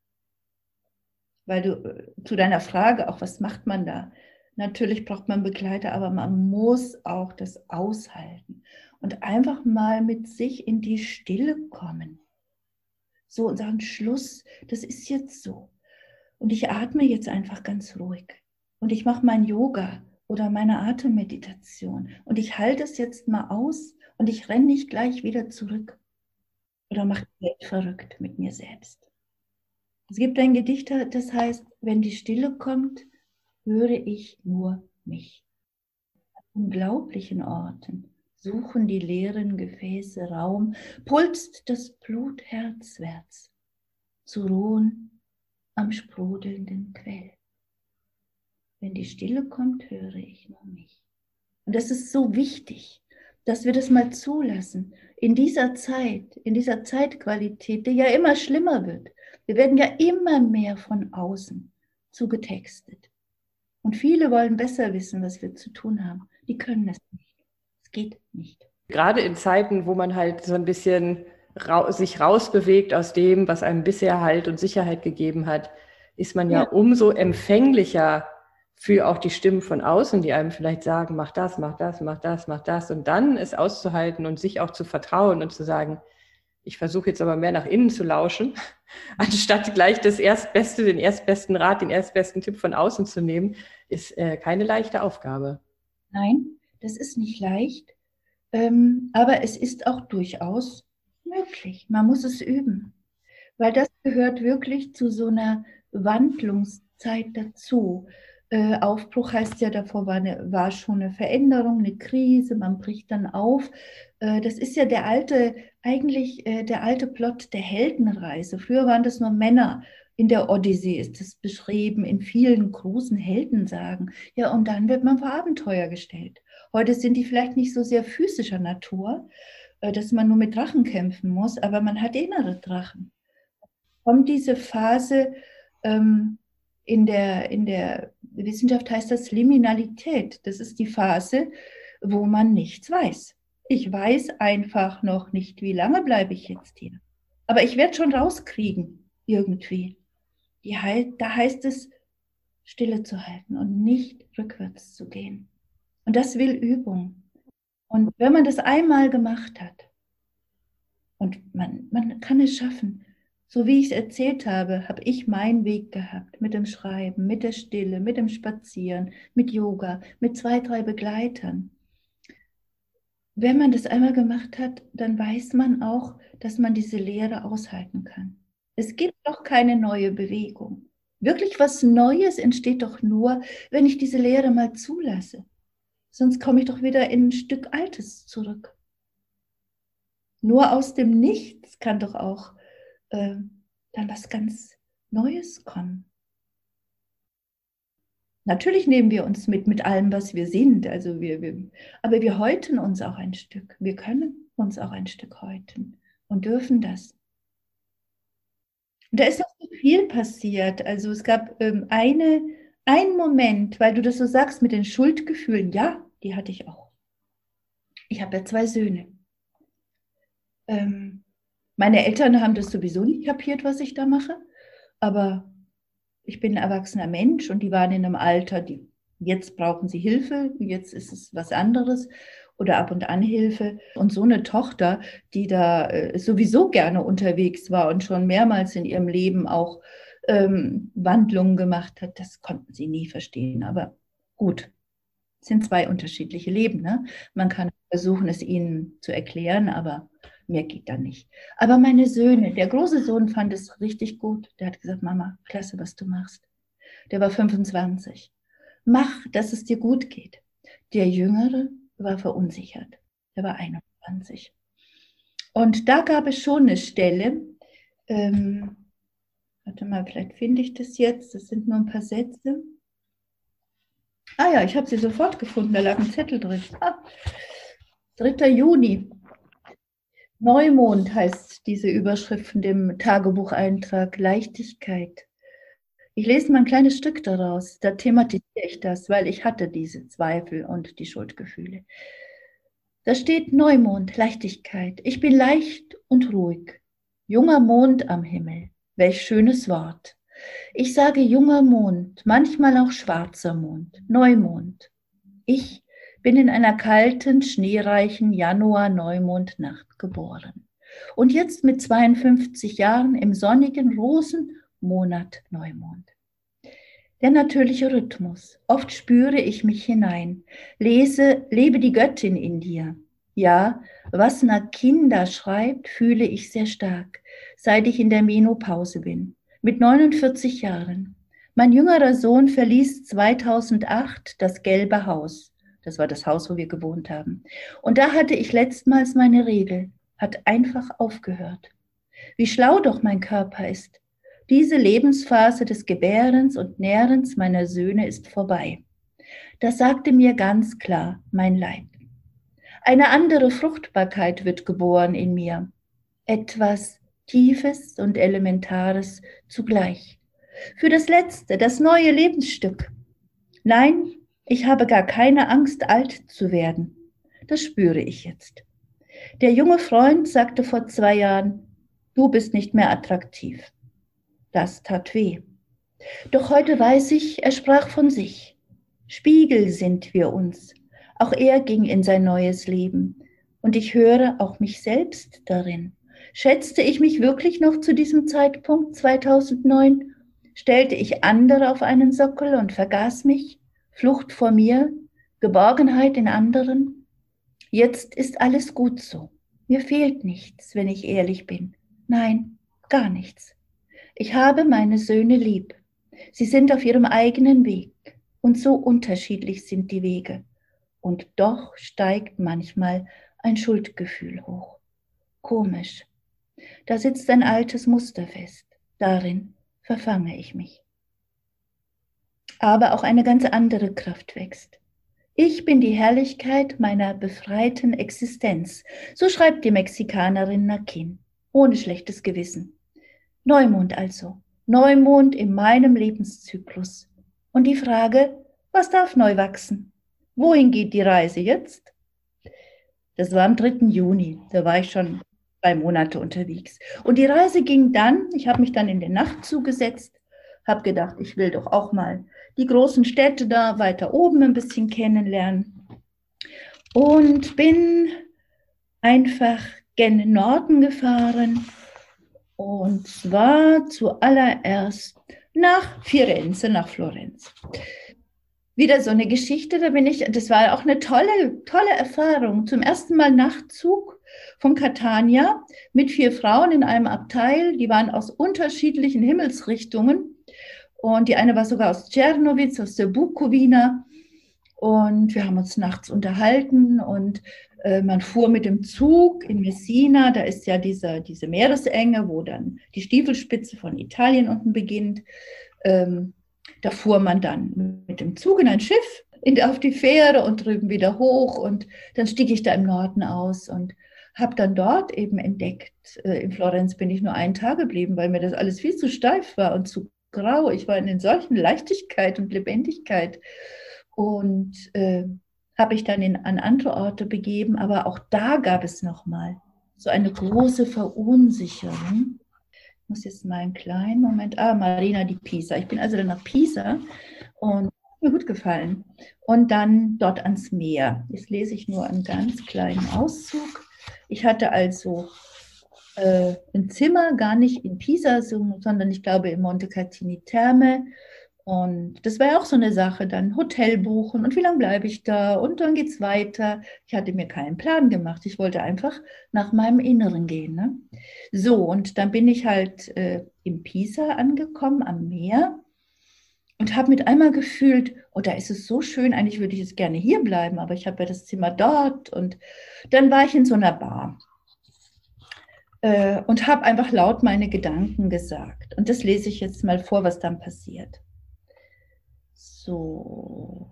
Weil du äh, zu deiner Frage auch, was macht man da? Natürlich braucht man Begleiter, aber man muss auch das aushalten und einfach mal mit sich in die Stille kommen. So und sagen, Schluss, das ist jetzt so. Und ich atme jetzt einfach ganz ruhig. Und ich mache mein Yoga oder meine Atemmeditation. Und ich halte es jetzt mal aus und ich renne nicht gleich wieder zurück. Oder mache die Welt verrückt mit mir selbst. Es gibt ein Gedicht, das heißt, wenn die Stille kommt, höre ich nur mich. An unglaublichen Orten suchen die leeren Gefäße Raum, pulst das Blut herzwärts, zu ruhen am sprudelnden Quell. Wenn die Stille kommt, höre ich nur mich. Und das ist so wichtig, dass wir das mal zulassen. In dieser Zeit, in dieser Zeitqualität, die ja immer schlimmer wird. Wir werden ja immer mehr von außen zugetextet. Und viele wollen besser wissen, was wir zu tun haben. Die können es nicht. Es geht nicht. Gerade in Zeiten, wo man halt so ein bisschen ra- sich rausbewegt aus dem, was einem bisher Halt und Sicherheit gegeben hat, ist man ja, ja umso empfänglicher für auch die Stimmen von außen, die einem vielleicht sagen, mach das, mach das, mach das, mach das. Und dann es auszuhalten und sich auch zu vertrauen und zu sagen, ich versuche jetzt aber mehr nach innen zu lauschen, anstatt gleich das Erstbeste, den erstbesten Rat, den erstbesten Tipp von außen zu nehmen, ist äh, keine leichte Aufgabe. Nein, das ist nicht leicht, ähm, aber es ist auch durchaus möglich. Man muss es üben, weil das gehört wirklich zu so einer Wandlungszeit dazu. Äh, Aufbruch heißt ja, davor war, eine, war schon eine Veränderung, eine Krise, man bricht dann auf. Äh, das ist ja der alte, eigentlich äh, der alte Plot der Heldenreise. Früher waren das nur Männer. In der Odyssee ist es beschrieben, in vielen großen Heldensagen. Ja, und dann wird man vor Abenteuer gestellt. Heute sind die vielleicht nicht so sehr physischer Natur, äh, dass man nur mit Drachen kämpfen muss, aber man hat innere Drachen. Kommt diese Phase, ähm, in der, in der Wissenschaft heißt das Liminalität. Das ist die Phase, wo man nichts weiß. Ich weiß einfach noch nicht, wie lange bleibe ich jetzt hier. Aber ich werde schon rauskriegen, irgendwie. Die, da heißt es, Stille zu halten und nicht rückwärts zu gehen. Und das will Übung. Und wenn man das einmal gemacht hat, und man, man kann es schaffen, so wie ich es erzählt habe, habe ich meinen Weg gehabt mit dem Schreiben, mit der Stille, mit dem Spazieren, mit Yoga, mit zwei, drei Begleitern. Wenn man das einmal gemacht hat, dann weiß man auch, dass man diese Leere aushalten kann. Es gibt doch keine neue Bewegung. Wirklich was Neues entsteht doch nur, wenn ich diese Leere mal zulasse. Sonst komme ich doch wieder in ein Stück Altes zurück. Nur aus dem Nichts kann doch auch äh, dann was ganz Neues kommen. Natürlich nehmen wir uns mit, mit allem, was wir sind, also wir, wir, aber wir häuten uns auch ein Stück. Wir können uns auch ein Stück häuten und dürfen das. Und da ist noch so viel passiert. Also es gab ähm, eine, einen Moment, weil du das so sagst mit den Schuldgefühlen, ja, die hatte ich auch. Ich habe ja zwei Söhne. Ähm, meine Eltern haben das sowieso nicht kapiert, was ich da mache, aber ich bin ein erwachsener Mensch und die waren in einem Alter, die, jetzt brauchen sie Hilfe, jetzt ist es was anderes oder ab und an Hilfe. Und so eine Tochter, die da äh, sowieso gerne unterwegs war und schon mehrmals in ihrem Leben auch ähm, Wandlungen gemacht hat, das konnten sie nie verstehen. Aber gut, es sind zwei unterschiedliche Leben. Ne? Man kann versuchen, es ihnen zu erklären, aber mehr geht da nicht. Aber meine Söhne, der große Sohn fand es richtig gut. Der hat gesagt, Mama, klasse, was du machst. Der war fünfundzwanzig. Mach, dass es dir gut geht. Der Jüngere war verunsichert. Der war einundzwanzig. Und da gab es schon eine Stelle, ähm, Warte mal, vielleicht finde ich das jetzt. Das sind nur ein paar Sätze. Ah ja, ich habe sie sofort gefunden. Da lag ein Zettel drin. Ah, dritter Juni. Neumond heißt diese Überschrift von dem Tagebucheintrag. Leichtigkeit. Ich lese mal ein kleines Stück daraus. Da thematisiere ich das, weil ich hatte diese Zweifel und die Schuldgefühle. Da steht Neumond, Leichtigkeit. Ich bin leicht und ruhig. Junger Mond am Himmel. Welch schönes Wort. Ich sage junger Mond, manchmal auch schwarzer Mond, Neumond. Ich bin in einer kalten, schneereichen Januar-Neumondnacht geboren. Und jetzt mit zweiundfünfzig Jahren im sonnigen Rosenmonat Neumond. Der natürliche Rhythmus. Oft spüre ich mich hinein, lese, lebe die Göttin in dir. Ja, was Nakinda schreibt, fühle ich sehr stark, seit ich in der Menopause bin. Mit neunundvierzig Jahren. Mein jüngerer Sohn verließ zweitausendacht das Gelbe Haus. Das war das Haus, wo wir gewohnt haben. Und da hatte ich letztmals meine Regel, hat einfach aufgehört. Wie schlau doch mein Körper ist. Diese Lebensphase des Gebärens und Nährens meiner Söhne ist vorbei. Das sagte mir ganz klar mein Leib. Eine andere Fruchtbarkeit wird geboren in mir. Etwas Tiefes und Elementares zugleich. Für das letzte, das neue Lebensstück. Nein, ich habe gar keine Angst, alt zu werden. Das spüre ich jetzt. Der junge Freund sagte vor zwei Jahren, du bist nicht mehr attraktiv. Das tat weh. Doch heute weiß ich, er sprach von sich. Spiegel sind wir uns. Auch er ging in sein neues Leben. Und ich höre auch mich selbst darin. Schätzte ich mich wirklich noch zu diesem Zeitpunkt, zweitausendneun? Stellte ich andere auf einen Sockel und vergaß mich? Flucht vor mir? Geborgenheit in anderen? Jetzt ist alles gut so. Mir fehlt nichts, wenn ich ehrlich bin. Nein, gar nichts. Ich habe meine Söhne lieb. Sie sind auf ihrem eigenen Weg. Und so unterschiedlich sind die Wege. Und doch steigt manchmal ein Schuldgefühl hoch. Komisch. Da sitzt ein altes Muster fest. Darin verfange ich mich. Aber auch eine ganz andere Kraft wächst. Ich bin die Herrlichkeit meiner befreiten Existenz. So schreibt die Mexikanerin Nakin, ohne schlechtes Gewissen. Neumond also. Neumond in meinem Lebenszyklus. Und die Frage, was darf neu wachsen? Wohin geht die Reise jetzt? Das war am dritten Juni, da war ich schon drei Monate unterwegs. Und die Reise ging dann, ich habe mich dann in der Nacht zugesetzt, habe gedacht, ich will doch auch mal die großen Städte da weiter oben ein bisschen kennenlernen. Und bin einfach gen Norden gefahren und zwar zuallererst nach Firenze, nach Florenz. Wieder so eine Geschichte, da bin ich, das war auch eine tolle, tolle Erfahrung. Zum ersten Mal Nachtzug von Catania mit vier Frauen in einem Abteil, die waren aus unterschiedlichen Himmelsrichtungen und die eine war sogar aus Czernowitz, aus der Bukowina und wir haben uns nachts unterhalten und äh, man fuhr mit dem Zug in Messina, da ist ja diese, diese Meeresenge, wo dann die Stiefelspitze von Italien unten beginnt. Ähm, Da fuhr man dann mit dem Zug in ein Schiff, in, auf die Fähre und drüben wieder hoch. Und dann stieg ich da im Norden aus und habe dann dort eben entdeckt, äh, in Florenz bin ich nur einen Tag geblieben, weil mir das alles viel zu steif war und zu grau. Ich war in solchen Leichtigkeit und Lebendigkeit. Und äh, habe ich dann in, an andere Orte begeben. Aber auch da gab es nochmal so eine große Verunsicherung. Ich muss jetzt mal einen kleinen Moment, ah, Marina di Pisa. Ich bin also dann nach Pisa und hat mir gut gefallen. Und dann dort ans Meer. Jetzt lese ich nur einen ganz kleinen Auszug. Ich hatte also äh, ein Zimmer, gar nicht in Pisa, sondern ich glaube in Montecatini Terme. Und das war ja auch so eine Sache, dann Hotel buchen und wie lange bleibe ich da und dann geht es weiter. Ich hatte mir keinen Plan gemacht, ich wollte einfach nach meinem Inneren gehen. Ne? So, und dann bin ich halt äh, in Pisa angekommen, am Meer und habe mit einmal gefühlt, oh, da ist es so schön, eigentlich würde ich jetzt gerne hier bleiben, aber ich habe ja das Zimmer dort. Und dann war ich in so einer Bar. äh, und habe einfach laut meine Gedanken gesagt. Und das lese ich jetzt mal vor, was dann passiert. So.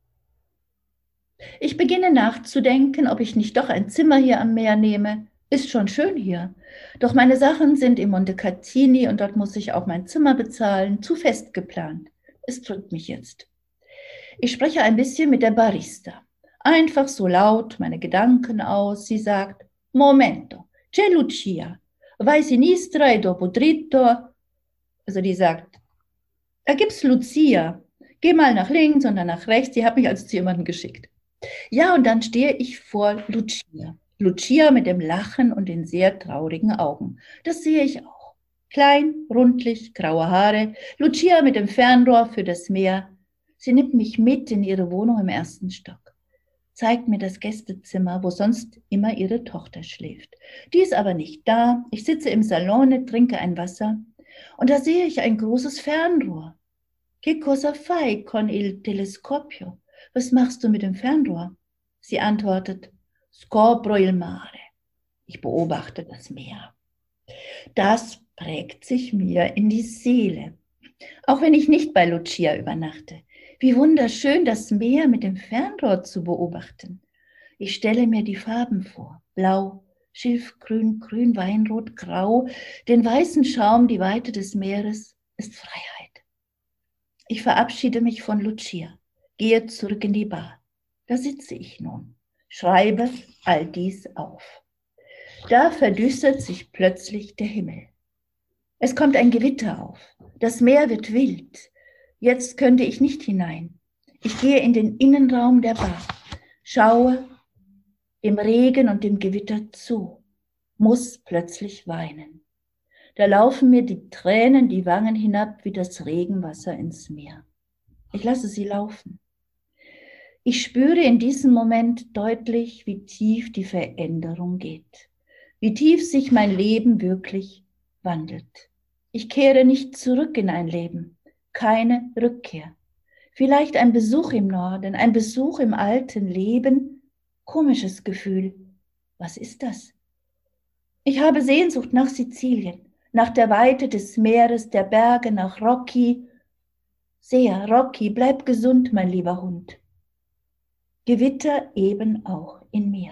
Ich beginne nachzudenken, ob ich nicht doch ein Zimmer hier am Meer nehme. Ist schon schön hier. Doch meine Sachen sind im Monte Cassini und dort muss ich auch mein Zimmer bezahlen. Zu fest geplant. Es drückt mich jetzt. Ich spreche ein bisschen mit der Barista. Einfach so laut meine Gedanken aus. Sie sagt, Momento, c'è Lucia. Vai sinistra e dopo dritto. Also die sagt, da gibt's Lucia. Geh mal nach links und dann nach rechts. Die hat mich also zu jemandem geschickt. Ja, und dann stehe ich vor Lucia. Lucia mit dem Lachen und den sehr traurigen Augen. Das sehe ich auch. Klein, rundlich, graue Haare. Lucia mit dem Fernrohr für das Meer. Sie nimmt mich mit in ihre Wohnung im ersten Stock. Zeigt mir das Gästezimmer, wo sonst immer ihre Tochter schläft. Die ist aber nicht da. Ich sitze im Salone, trinke ein Wasser. Und da sehe ich ein großes Fernrohr. Che cosa fai con il telescopio? Was machst du mit dem Fernrohr? Sie antwortet, scopro il mare. Ich beobachte das Meer. Das prägt sich mir in die Seele. Auch wenn ich nicht bei Lucia übernachte. Wie wunderschön, das Meer mit dem Fernrohr zu beobachten. Ich stelle mir die Farben vor. Blau, Schilfgrün, Grün, Weinrot, Grau. Den weißen Schaum, die Weite des Meeres ist Freiheit. Ich verabschiede mich von Lucia. Gehe zurück in die Bar. Da sitze ich nun, schreibe all dies auf. Da verdüstert sich plötzlich der Himmel. Es kommt ein Gewitter auf. Das Meer wird wild. Jetzt könnte ich nicht hinein. Ich gehe in den Innenraum der Bar, schaue dem Regen und dem Gewitter zu, muss plötzlich weinen. Da laufen mir die Tränen die Wangen hinab wie das Regenwasser ins Meer. Ich lasse sie laufen. Ich spüre in diesem Moment deutlich, wie tief die Veränderung geht, wie tief sich mein Leben wirklich wandelt. Ich kehre nicht zurück in ein Leben, keine Rückkehr. Vielleicht ein Besuch im Norden, ein Besuch im alten Leben. Komisches Gefühl. Was ist das? Ich habe Sehnsucht nach Sizilien, nach der Weite des Meeres, der Berge, nach Rocky. Sehr, Rocky, bleib gesund, mein lieber Hund. Gewitter eben auch in mir.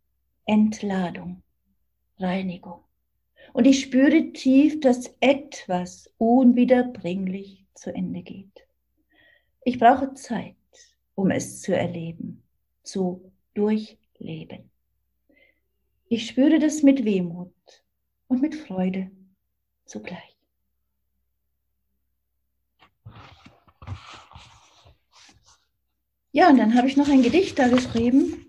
Entladung, Reinigung. Und ich spüre tief, dass etwas unwiederbringlich zu Ende geht. Ich brauche Zeit, um es zu erleben, zu durchleben. Ich spüre das mit Wehmut und mit Freude zugleich. Ja, und dann habe ich noch ein Gedicht da geschrieben.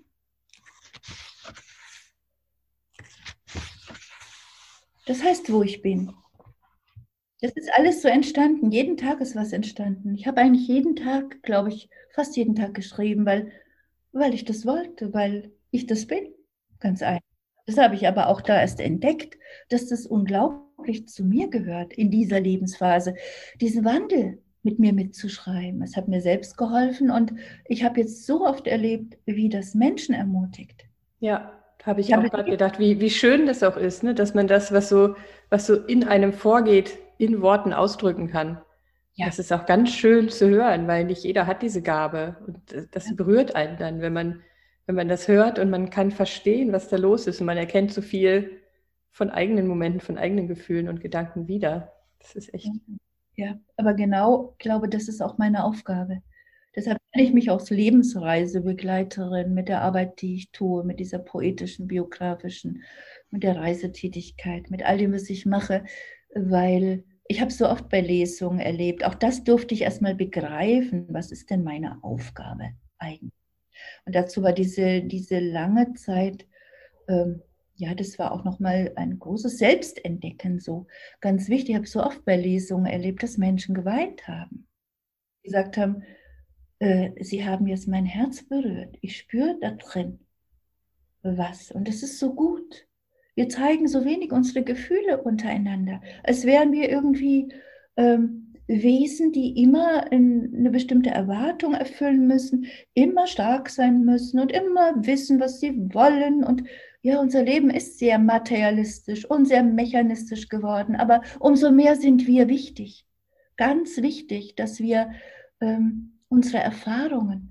Das heißt, wo ich bin. Das ist alles so entstanden. Jeden Tag ist was entstanden. Ich habe eigentlich jeden Tag, glaube ich, fast jeden Tag geschrieben, weil, weil ich das wollte, weil ich das bin. Ganz einfach. Das habe ich aber auch da erst entdeckt, dass das unglaublich zu mir gehört in dieser Lebensphase. Diesen Wandel mit mir mitzuschreiben. Es hat mir selbst geholfen und ich habe jetzt so oft erlebt, wie das Menschen ermutigt. Ja, habe ich, ich auch gerade gedacht, wie, wie schön das auch ist, ne? Dass man das, was so, was so in einem vorgeht, in Worten ausdrücken kann. Ja. Das ist auch ganz schön zu hören, weil nicht jeder hat diese Gabe. Und das berührt einen dann, wenn man, wenn man das hört und man kann verstehen, was da los ist und man erkennt so viel von eigenen Momenten, von eigenen Gefühlen und Gedanken wieder. Das ist echt... Ja, aber genau, ich glaube, das ist auch meine Aufgabe. Deshalb nenne ich mich auch Lebensreisebegleiterin mit der Arbeit, die ich tue, mit dieser poetischen, biografischen, mit der Reisetätigkeit, mit all dem, was ich mache, weil ich habe so oft bei Lesungen erlebt, auch das durfte ich erstmal begreifen, was ist denn meine Aufgabe eigentlich? Und dazu war diese, diese lange Zeit, ähm, ja, das war auch nochmal ein großes Selbstentdecken, so ganz wichtig. Ich habe so oft bei Lesungen erlebt, dass Menschen geweint haben. Die gesagt haben, äh, sie haben jetzt mein Herz berührt. Ich spüre da drin was. Und das ist so gut. Wir zeigen so wenig unsere Gefühle untereinander, als wären wir irgendwie ähm, Wesen, die immer eine bestimmte Erwartung erfüllen müssen, immer stark sein müssen und immer wissen, was sie wollen. Und Ja, unser Leben ist sehr materialistisch und sehr mechanistisch geworden, aber umso mehr sind wir wichtig. Ganz wichtig, dass wir ähm, unsere Erfahrungen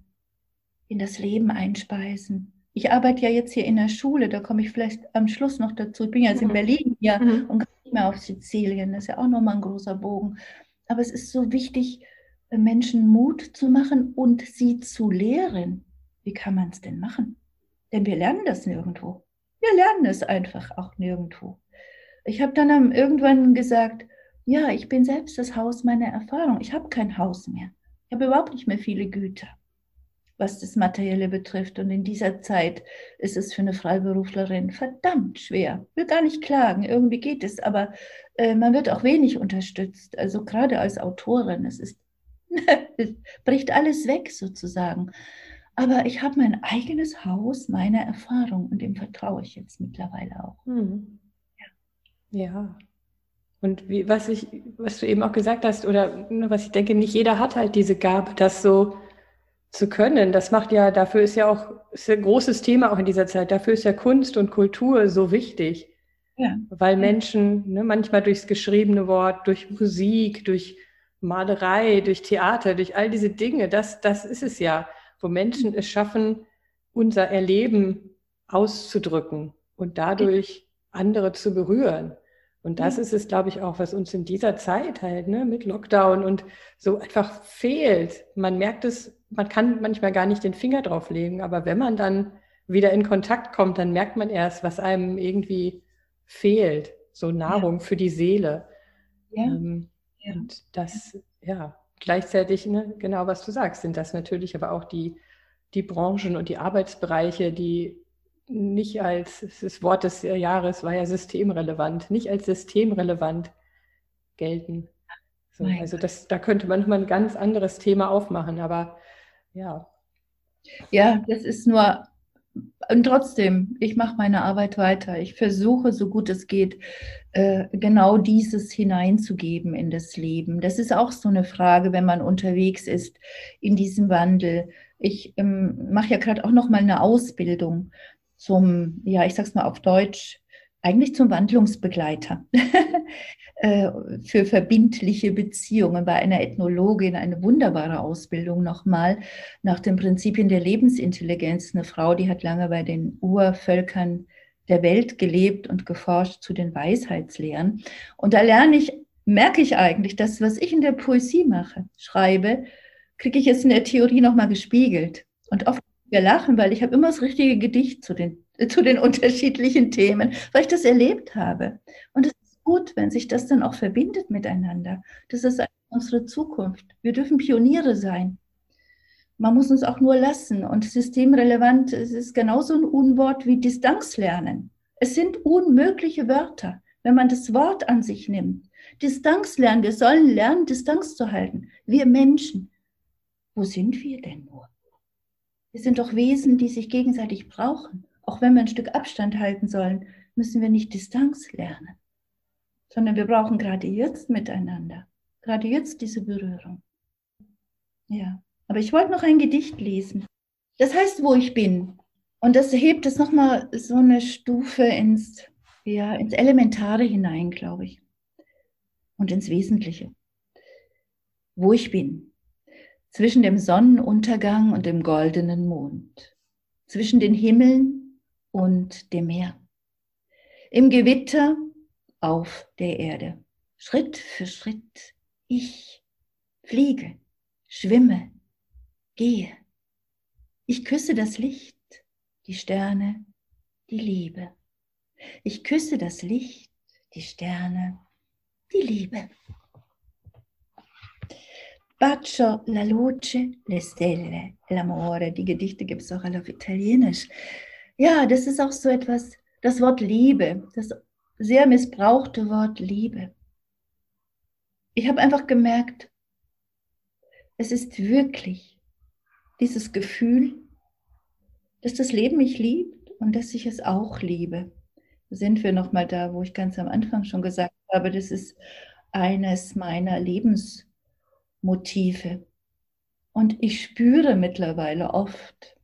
in das Leben einspeisen. Ich arbeite ja jetzt hier in der Schule, da komme ich vielleicht am Schluss noch dazu. Ich bin ja jetzt in Mhm. Berlin hier Mhm. und gar nicht mehr auf Sizilien. Das ist ja auch nochmal ein großer Bogen. Aber es ist so wichtig, Menschen Mut zu machen und sie zu lehren. Wie kann man es denn machen? Denn wir lernen das nirgendwo. Wir lernen es einfach auch nirgendwo. Ich habe dann irgendwann gesagt, ja, ich bin selbst das Haus meiner Erfahrung. Ich habe kein Haus mehr. Ich habe überhaupt nicht mehr viele Güter, was das Materielle betrifft. Und in dieser Zeit ist es für eine Freiberuflerin verdammt schwer. Ich will gar nicht klagen, irgendwie geht es, aber äh, man wird auch wenig unterstützt. Also gerade als Autorin, es ist, es bricht alles weg sozusagen. Aber ich habe mein eigenes Haus, meine Erfahrung und dem vertraue ich jetzt mittlerweile auch. Mhm. Ja. Ja. Und wie, was ich, was du eben auch gesagt hast, oder ne, was ich denke, nicht jeder hat halt diese Gabe, das so zu können. Das macht ja, dafür ist ja auch, ist ja ein großes Thema auch in dieser Zeit, dafür ist ja Kunst und Kultur so wichtig. Ja. Weil Menschen ne, manchmal durchs geschriebene Wort, durch Musik, durch Malerei, durch Theater, durch all diese Dinge, das, das ist es ja, wo Menschen es schaffen, unser Erleben auszudrücken und dadurch andere zu berühren. Und das ist es, glaube ich, auch, was uns in dieser Zeit halt, ne, mit Lockdown und so einfach fehlt. Man merkt es, man kann manchmal gar nicht den Finger drauf legen, aber wenn man dann wieder in Kontakt kommt, dann merkt man erst, was einem irgendwie fehlt, so Nahrung ja. für die Seele. Ja. Ähm, ja. Und das, ja, gleichzeitig, ne, genau was du sagst, sind das natürlich aber auch die, die Branchen und die Arbeitsbereiche, die nicht als, das Wort des Jahres war ja systemrelevant, nicht als systemrelevant gelten. So, also das, da könnte man nochmal ein ganz anderes Thema aufmachen, aber ja. Ja, das ist nur, und trotzdem, ich mache meine Arbeit weiter. Ich versuche, so gut es geht, genau dieses hineinzugeben in das Leben. Das ist auch so eine Frage, wenn man unterwegs ist in diesem Wandel. Ich ähm, mache ja gerade auch noch mal eine Ausbildung zum, ja, ich sag's mal auf Deutsch, eigentlich zum Wandlungsbegleiter für verbindliche Beziehungen bei einer Ethnologin, eine wunderbare Ausbildung nochmal nach den Prinzipien der Lebensintelligenz. Eine Frau, die hat lange bei den Urvölkern der Welt gelebt und geforscht zu den Weisheitslehren. Und da lerne ich, merke ich eigentlich, dass was ich in der Poesie mache, schreibe, kriege ich jetzt in der Theorie nochmal gespiegelt. Und oft wir lachen, weil ich habe immer das richtige Gedicht zu den, zu den unterschiedlichen Themen, weil ich das erlebt habe. Und es ist gut, wenn sich das dann auch verbindet miteinander. Das ist unsere Zukunft. Wir dürfen Pioniere sein. Man muss uns auch nur lassen. Und systemrelevant, es ist genauso ein Unwort wie Distanzlernen. Es sind unmögliche Wörter, wenn man das Wort an sich nimmt. Distanzlernen, wir sollen lernen, Distanz zu halten. Wir Menschen. Wo sind wir denn nur? Wir sind doch Wesen, die sich gegenseitig brauchen. Auch wenn wir ein Stück Abstand halten sollen, müssen wir nicht Distanz lernen, sondern wir brauchen gerade jetzt miteinander, gerade jetzt diese Berührung. Ja, aber ich wollte noch ein Gedicht lesen. Das heißt, wo ich bin. Und das hebt es nochmal so eine Stufe ins, ja, ins Elementare hinein, glaube ich. Und ins Wesentliche. Wo ich bin. Zwischen dem Sonnenuntergang und dem goldenen Mond. Zwischen den Himmeln und dem Meer. Im Gewitter auf der Erde. Schritt für Schritt. Ich fliege, schwimme, gehe. Ich küsse das Licht, die Sterne, die Liebe. Ich küsse das Licht, die Sterne, die Liebe. Bacio la luce, le stelle, l'amore. Die Gedichte gibt es auch alle auf Italienisch. Ja, das ist auch so etwas, das Wort Liebe, das sehr missbrauchte Wort Liebe. Ich habe einfach gemerkt, es ist wirklich dieses Gefühl, dass das Leben mich liebt und dass ich es auch liebe. Da sind wir nochmal da, wo ich ganz am Anfang schon gesagt habe, das ist eines meiner Lebensmotive. Und ich spüre mittlerweile oft,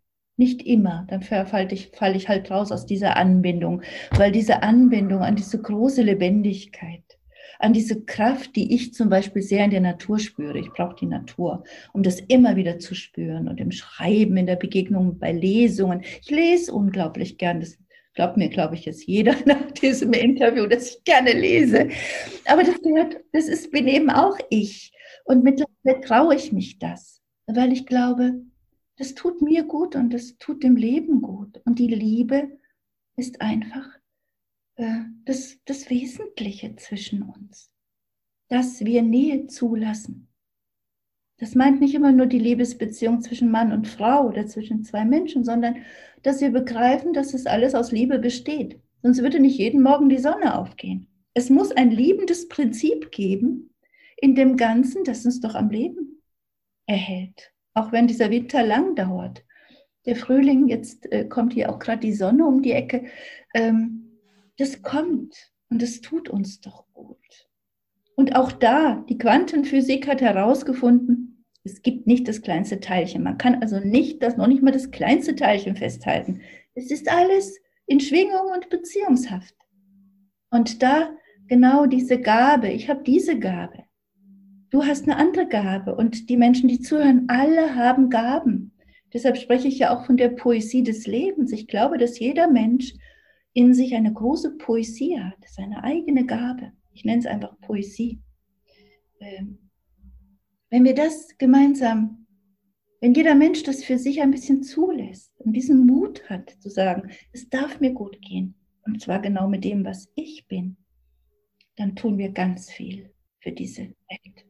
Nicht immer, dann falle ich, fall ich halt raus aus dieser Anbindung, weil diese Anbindung an diese große Lebendigkeit, an diese Kraft, die ich zum Beispiel sehr in der Natur spüre, ich brauche die Natur, um das immer wieder zu spüren und im Schreiben, in der Begegnung, bei Lesungen. Ich lese unglaublich gern, das glaubt mir, glaube ich, jetzt jeder nach diesem Interview, dass ich gerne lese. Aber das gehört, das ist, bin eben auch ich. Und mittlerweile traue ich mich das, weil ich glaube, das tut mir gut und das tut dem Leben gut. Und die Liebe ist einfach äh, das, das Wesentliche zwischen uns, dass wir Nähe zulassen. Das meint nicht immer nur die Liebesbeziehung zwischen Mann und Frau oder zwischen zwei Menschen, sondern dass wir begreifen, dass es alles aus Liebe besteht. Sonst würde nicht jeden Morgen die Sonne aufgehen. Es muss ein liebendes Prinzip geben in dem Ganzen, das uns doch am Leben erhält. Auch wenn dieser Winter lang dauert. Der Frühling, jetzt äh, kommt hier auch gerade die Sonne um die Ecke. Ähm, das kommt und es tut uns doch gut. Und auch da, die Quantenphysik hat herausgefunden, es gibt nicht das kleinste Teilchen. Man kann also nicht das, noch nicht mal das kleinste Teilchen festhalten. Es ist alles in Schwingung und beziehungshaft. Und da genau diese Gabe, ich habe diese Gabe. Du hast eine andere Gabe und die Menschen, die zuhören, alle haben Gaben. Deshalb spreche ich ja auch von der Poesie des Lebens. Ich glaube, dass jeder Mensch in sich eine große Poesie hat, seine eigene Gabe. Ich nenne es einfach Poesie. Ähm, wenn wir das gemeinsam, wenn jeder Mensch das für sich ein bisschen zulässt und diesen Mut hat, zu sagen, es darf mir gut gehen, und zwar genau mit dem, was ich bin, dann tun wir ganz viel für diese Welt.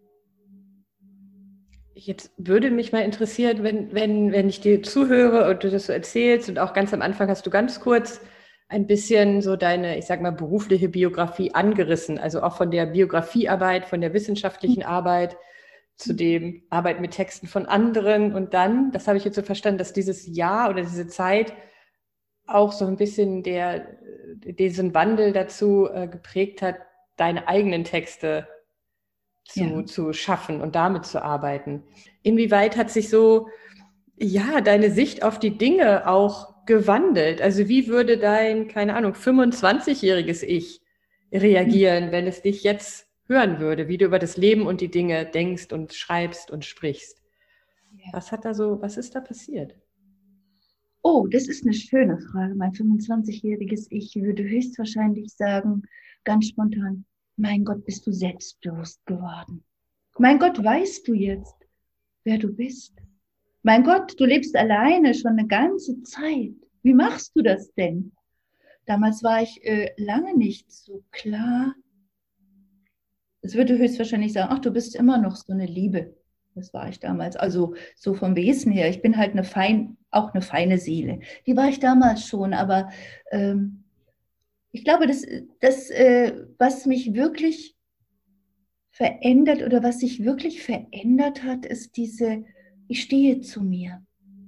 Jetzt würde mich mal interessieren, wenn, wenn, wenn ich dir zuhöre und du das so erzählst und auch ganz am Anfang hast du ganz kurz ein bisschen so deine, ich sag mal, berufliche Biografie angerissen, also auch von der Biografiearbeit, von der wissenschaftlichen Arbeit zu dem Arbeit mit Texten von anderen und dann, das habe ich jetzt so verstanden, dass dieses Jahr oder diese Zeit auch so ein bisschen der, diesen Wandel dazu äh, geprägt hat, deine eigenen Texte zu, ja. zu schaffen und damit zu arbeiten. Inwieweit hat sich so, ja, deine Sicht auf die Dinge auch gewandelt? Also wie würde dein, keine Ahnung, fünfundzwanzigjähriges Ich reagieren, wenn es dich jetzt hören würde, wie du über das Leben und die Dinge denkst und schreibst und sprichst? Ja. Was hat da so, was ist da passiert? Oh, das ist eine schöne Frage. Mein fünfundzwanzigjähriges Ich würde höchstwahrscheinlich sagen, ganz spontan, mein Gott, bist du selbstbewusst geworden. Mein Gott, weißt du jetzt, wer du bist? Mein Gott, du lebst alleine schon eine ganze Zeit. Wie machst du das denn? Damals war ich äh, lange nicht so klar. Es würde höchstwahrscheinlich sagen, ach, du bist immer noch so eine Liebe. Das war ich damals. Also so vom Wesen her. Ich bin halt eine fein, auch eine feine Seele. Die war ich damals schon, aber ähm, ich glaube, das, das äh, was mich wirklich verändert oder was sich wirklich verändert hat, ist diese, ich stehe zu mir.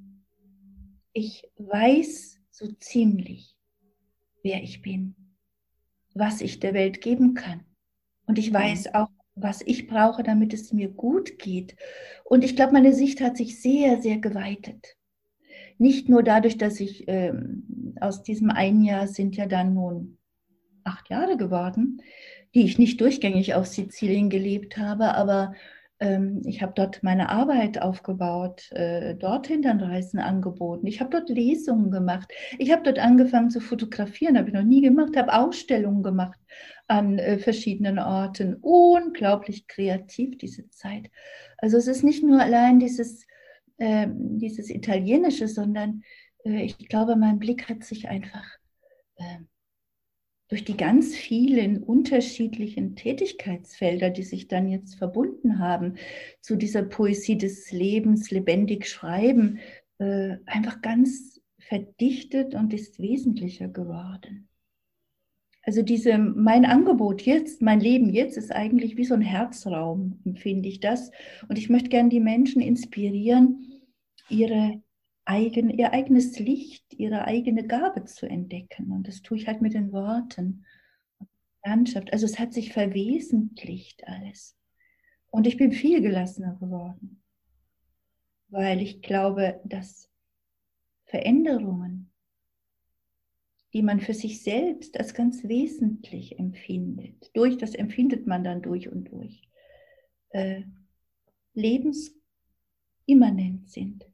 Ich weiß so ziemlich, wer ich bin, was ich der Welt geben kann. Und ich weiß auch, was ich brauche, damit es mir gut geht. Und ich glaube, meine Sicht hat sich sehr, sehr geweitet. Nicht nur dadurch, dass ich ähm, aus diesem einen Jahr sind ja dann nun acht Jahre geworden, die ich nicht durchgängig auf Sizilien gelebt habe, aber ähm, ich habe dort meine Arbeit aufgebaut, äh, dorthin dann Reisen angeboten. Ich habe dort Lesungen gemacht. Ich habe dort angefangen zu fotografieren, habe ich noch nie gemacht, habe Ausstellungen gemacht an äh, verschiedenen Orten. Unglaublich kreativ diese Zeit. Also es ist nicht nur allein dieses, äh, dieses Italienische, sondern äh, ich glaube, mein Blick hat sich einfach äh, durch die ganz vielen unterschiedlichen Tätigkeitsfelder, die sich dann jetzt verbunden haben, zu dieser Poesie des Lebens, lebendig schreiben, äh, einfach ganz verdichtet und ist wesentlicher geworden. Also diese, mein Angebot jetzt, mein Leben jetzt ist eigentlich wie so ein Herzraum, empfinde ich das. Und ich möchte gerne die Menschen inspirieren, ihre eigen, ihr eigenes Licht, ihre eigene Gabe zu entdecken. Und das tue ich halt mit den Worten. Landschaft. Also es hat sich verwesentlicht alles. Und ich bin viel gelassener geworden. Weil ich glaube, dass Veränderungen, die man für sich selbst als ganz wesentlich empfindet, durch das empfindet man dann durch und durch, äh, lebensimmanent sind.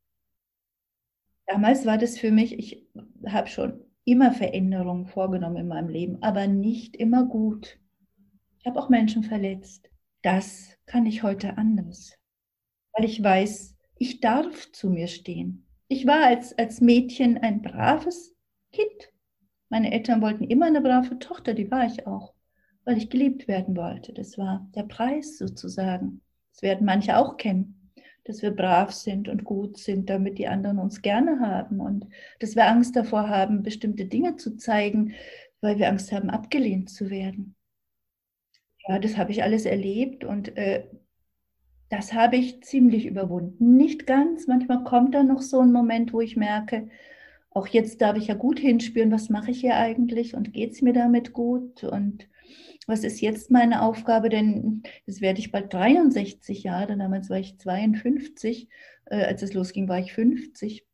Damals war das für mich, ich habe schon immer Veränderungen vorgenommen in meinem Leben, aber nicht immer gut. Ich habe auch Menschen verletzt. Das kann ich heute anders, weil ich weiß, ich darf zu mir stehen. Ich war als, als Mädchen ein braves Kind. Meine Eltern wollten immer eine brave Tochter, die war ich auch, weil ich geliebt werden wollte. Das war der Preis sozusagen. Das werden manche auch kennen, dass wir brav sind und gut sind, damit die anderen uns gerne haben und dass wir Angst davor haben, bestimmte Dinge zu zeigen, weil wir Angst haben, abgelehnt zu werden. Ja, das habe ich alles erlebt und äh, das habe ich ziemlich überwunden. Nicht ganz, manchmal kommt da noch so ein Moment, wo ich merke, auch jetzt darf ich ja gut hinspüren, was mache ich hier eigentlich und geht es mir damit gut und was ist jetzt meine Aufgabe, denn jetzt werde ich bald dreiundsechzig Jahre, damals war ich zweiundfünfzig, äh, als es losging, war ich fünfzig.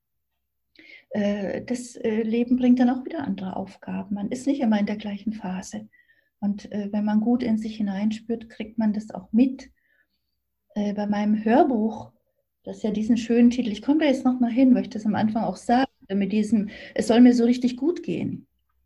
Äh, das äh, Leben bringt dann auch wieder andere Aufgaben, man ist nicht immer in der gleichen Phase und äh, wenn man gut in sich hineinspürt, kriegt man das auch mit. Äh, bei meinem Hörbuch, das ja diesen schönen Titel, ich komme da jetzt nochmal hin, weil ich das am Anfang auch sage, mit diesem, es soll mir so richtig gut gehen.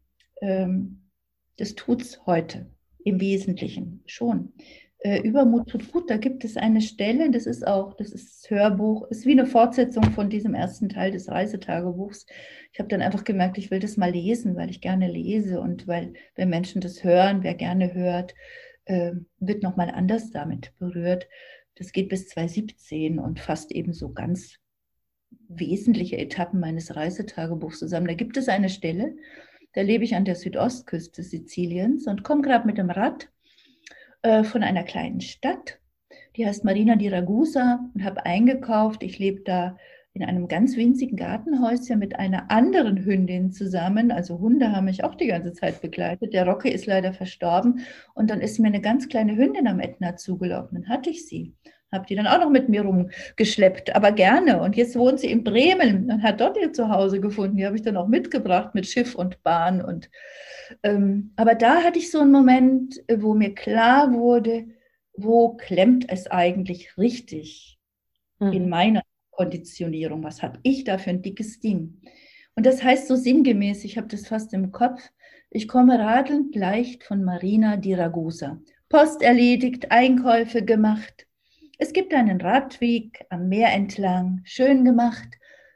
Ähm, das tut es heute im Wesentlichen schon. Äh, Übermut tut gut, da gibt es eine Stelle, das ist auch, das ist das Hörbuch, ist wie eine Fortsetzung von diesem ersten Teil des Reisetagebuchs. Ich habe dann einfach gemerkt, ich will das mal lesen, weil ich gerne lese und weil, wenn Menschen das hören, wer gerne hört, äh, wird nochmal anders damit berührt. Das geht bis zweitausendsiebzehn und fasst eben so ganz wesentliche Etappen meines Reisetagebuchs zusammen. Da gibt es eine Stelle, da lebe ich an der Südostküste Siziliens und komme gerade mit dem Rad äh, von einer kleinen Stadt, die heißt Marina di Ragusa und habe eingekauft. Ich lebe da in einem ganz winzigen Gartenhäuschen mit einer anderen Hündin zusammen. Also Hunde haben mich auch die ganze Zeit begleitet. Der Rocke ist leider verstorben und dann ist mir eine ganz kleine Hündin am Ätna zugelaufen. Dann hatte ich sie. Habe die dann auch noch mit mir rumgeschleppt, aber gerne. Und jetzt wohnt sie in Bremen und hat dort ihr Zuhause gefunden. Die habe ich dann auch mitgebracht mit Schiff und Bahn. Und, ähm, aber da hatte ich so einen Moment, wo mir klar wurde, wo klemmt es eigentlich richtig mhm. in meiner Konditionierung? Was habe ich da für ein dickes Ding? Und das heißt so sinngemäß, ich habe das fast im Kopf, ich komme radelnd leicht von Marina di Ragusa. Post erledigt, Einkäufe gemacht. Es gibt einen Radweg am Meer entlang, schön gemacht.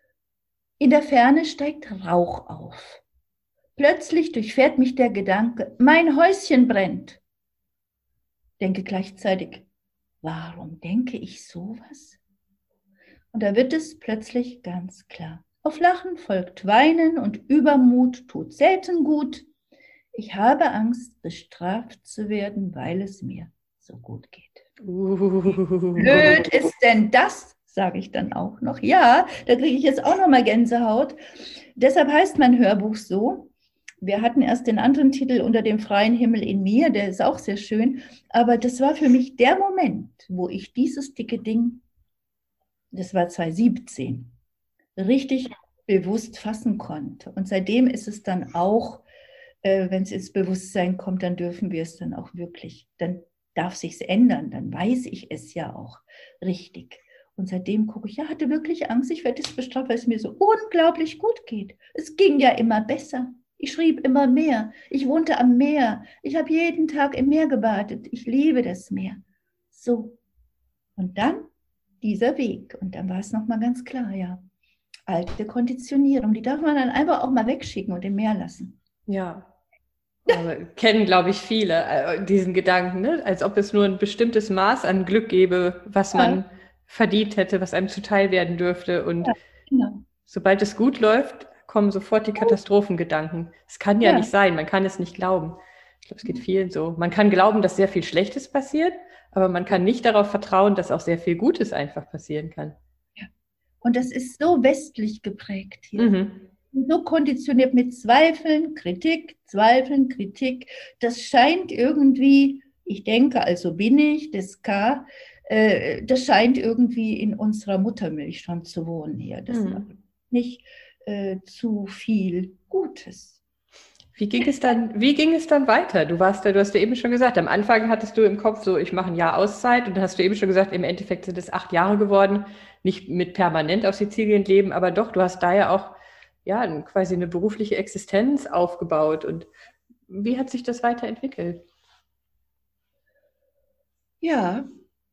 In der Ferne steigt Rauch auf. Plötzlich durchfährt mich der Gedanke, mein Häuschen brennt. Denke gleichzeitig, warum denke ich sowas? Und da wird es plötzlich ganz klar. Auf Lachen folgt Weinen und Übermut tut selten gut. Ich habe Angst, bestraft zu werden, weil es mir so gut geht. Uh. Blöd ist denn das, sage ich dann auch noch. Ja, da kriege ich jetzt auch noch mal Gänsehaut. Deshalb heißt mein Hörbuch so. Wir hatten erst den anderen Titel Unter dem freien Himmel in mir, der ist auch sehr schön. Aber das war für mich der Moment, wo ich dieses dicke Ding, das war zweitausendsiebzehn, richtig bewusst fassen konnte. Und seitdem ist es dann auch, äh, wenn es ins Bewusstsein kommt, dann dürfen wir es dann auch wirklich, dann darf sich's ändern, dann weiß ich es ja auch richtig. Und seitdem gucke ich, ja, hatte wirklich Angst, ich werde jetzt bestraft, weil es mir so unglaublich gut geht. Es ging ja immer besser. Ich schrieb immer mehr. Ich wohnte am Meer. Ich habe jeden Tag im Meer gebadet. Ich liebe das Meer. So. Und dann dieser Weg. Und dann war es nochmal ganz klar, ja. Alte Konditionierung, die darf man dann einfach auch mal wegschicken und im Meer lassen. Ja. Aber kennen, glaube ich, viele äh, diesen Gedanken, ne? Als ob es nur ein bestimmtes Maß an Glück gäbe, was ja. man verdient hätte, was einem zuteil werden dürfte. Und ja, genau. sobald es gut läuft, kommen sofort die Katastrophengedanken. Es kann ja, ja nicht sein, man kann es nicht glauben. Ich glaube, es geht vielen so. Man kann glauben, dass sehr viel Schlechtes passiert, aber man kann nicht darauf vertrauen, dass auch sehr viel Gutes einfach passieren kann. Ja. Und das ist so westlich geprägt hier. Mhm. So konditioniert mit Zweifeln, Kritik, Zweifeln, Kritik. Das scheint irgendwie, ich denke, also bin ich, das K, äh, das scheint irgendwie in unserer Muttermilch schon zu wohnen hier. Das mhm. nicht, äh, zu viel Gutes. Wie ging es dann, wie ging es dann weiter? Du warst da, du hast ja eben schon gesagt, am Anfang hattest du im Kopf so, ich mache ein Jahr Auszeit und dann hast du eben schon gesagt, im Endeffekt sind es acht Jahre geworden, nicht mit permanent auf Sizilien leben, aber doch, du hast da ja auch ja, quasi eine berufliche Existenz aufgebaut. Und wie hat sich das weiterentwickelt? Ja,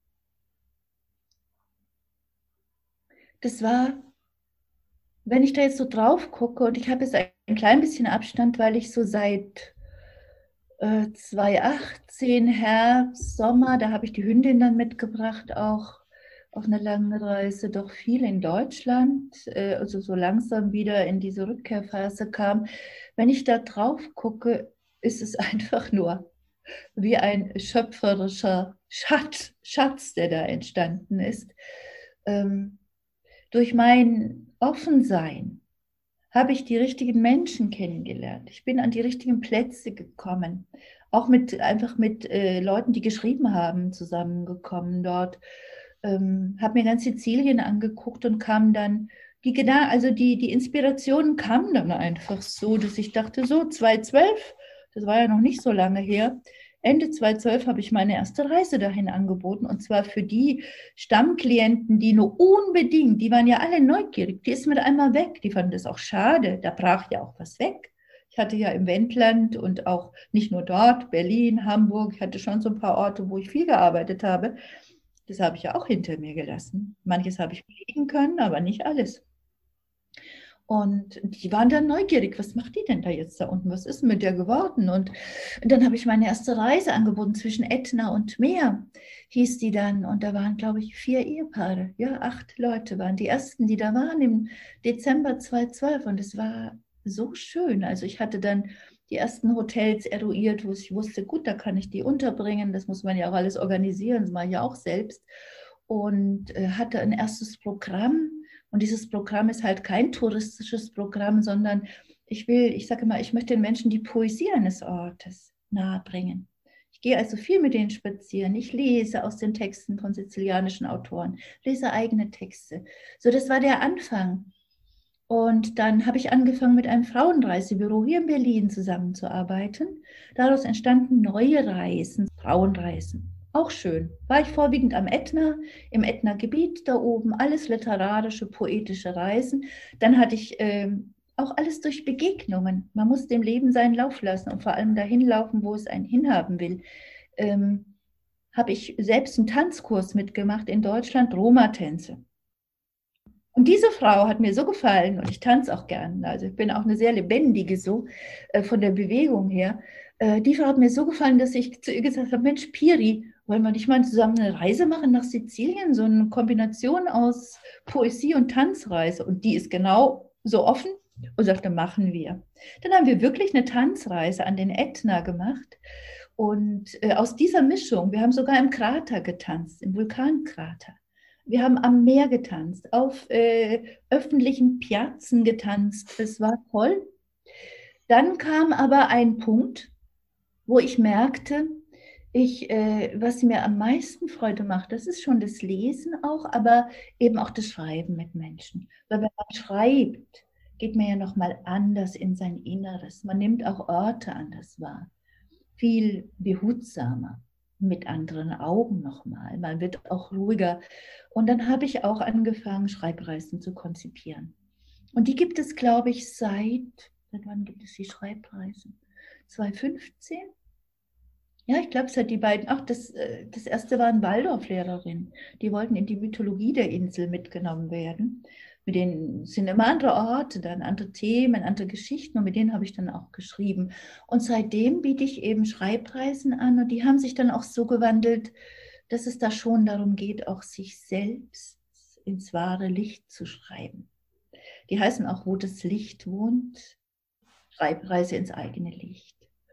das war, wenn ich da jetzt so drauf gucke und ich habe jetzt ein klein bisschen Abstand, weil ich so seit äh, zweitausendachtzehn Herbst, Sommer, da habe ich die Hündin dann mitgebracht, auch auf einer langen Reise, doch viel in Deutschland, äh, also so langsam wieder in diese Rückkehrphase kam. Wenn ich da drauf gucke, ist es einfach nur wie ein schöpferischer Schatz, Schatz, der da entstanden ist. Ähm, durch mein Offensein habe ich die richtigen Menschen kennengelernt. Ich bin an die richtigen Plätze gekommen. Auch mit, einfach mit äh, Leuten, die geschrieben haben, zusammengekommen dort. Ähm, habe mir ganz Sizilien angeguckt und kam dann, die, Geda- also die, die Inspirationen kamen dann einfach so, dass ich dachte, so zweitausendzwölf, das war ja noch nicht so lange her, Ende zweitausendzwölf habe ich meine erste Reise dahin angeboten und zwar für die Stammklienten, die nur unbedingt, die waren ja alle neugierig, die ist mit einmal weg, die fanden das auch schade, da brach ja auch was weg. Ich hatte ja im Wendland und auch nicht nur dort, Berlin, Hamburg, ich hatte schon so ein paar Orte, wo ich viel gearbeitet habe. Das habe ich ja auch hinter mir gelassen. Manches habe ich belegen können, aber nicht alles. Und die waren dann neugierig, was macht die denn da jetzt da unten? Was ist mit der geworden? Und dann habe ich meine erste Reise angeboten zwischen Ätna und Meer, hieß die dann. Und da waren, glaube ich, vier Ehepaare. Ja, acht Leute waren die ersten, die da waren im Dezember zweitausendzwölf. Und es war so schön. Also ich hatte dann die ersten Hotels eruiert, wo ich wusste, gut, da kann ich die unterbringen. Das muss man ja auch alles organisieren, das mache ich ja auch selbst. Und äh, hatte ein erstes Programm. Und dieses Programm ist halt kein touristisches Programm, sondern ich will, ich sage immer, ich möchte den Menschen die Poesie eines Ortes nahebringen. Ich gehe also viel mit denen spazieren. Ich lese aus den Texten von sizilianischen Autoren, lese eigene Texte. So, das war der Anfang. Und dann habe ich angefangen, mit einem Frauenreisebüro hier in Berlin zusammenzuarbeiten. Daraus entstanden neue Reisen, Frauenreisen. Auch schön. War ich vorwiegend am Ätna, im Ätna-Gebiet da oben, alles literarische, poetische Reisen. Dann hatte ich äh, auch alles durch Begegnungen. Man muss dem Leben seinen Lauf lassen und vor allem dahin laufen, wo es einen hinhaben will. Ähm, habe ich selbst einen Tanzkurs mitgemacht in Deutschland, Roma-Tänze. Und diese Frau hat mir so gefallen und ich tanze auch gern. Also ich bin auch eine sehr lebendige so äh, von der Bewegung her. Äh, die Frau hat mir so gefallen, dass ich zu ihr gesagt habe, Mensch, Piri, wollen wir nicht mal zusammen eine Reise machen nach Sizilien? So eine Kombination aus Poesie und Tanzreise. Und die ist genau so offen und sagte, machen wir. Dann haben wir wirklich eine Tanzreise an den Ätna gemacht. Und äh, aus dieser Mischung, wir haben sogar im Krater getanzt, im Vulkankrater. Wir haben am Meer getanzt, auf äh, öffentlichen Piazzen getanzt. Es war toll. Dann kam aber ein Punkt, wo ich merkte, ich, äh, was mir am meisten Freude macht, das ist schon das Lesen auch, aber eben auch das Schreiben mit Menschen. Weil wenn man schreibt, geht man ja nochmal anders in sein Inneres. Man nimmt auch Orte anders wahr. Viel behutsamer, mit anderen Augen nochmal. Man wird auch ruhiger. Und dann habe ich auch angefangen, Schreibreisen zu konzipieren. Und die gibt es, glaube ich, seit, seit wann gibt es die Schreibreisen? zweitausendfünfzehn? Ja, ich glaube, es hat die beiden, ach, das, das erste waren Waldorflehrerinnen. Die wollten in die Mythologie der Insel mitgenommen werden. Mit denen sind immer andere Orte, dann andere Themen, andere Geschichten und mit denen habe ich dann auch geschrieben. Und seitdem biete ich eben Schreibreisen an und die haben sich dann auch so gewandelt, dass es da schon darum geht, auch sich selbst ins wahre Licht zu schreiben. Die heißen auch, wo das Licht wohnt, Schreibreise ins eigene Licht.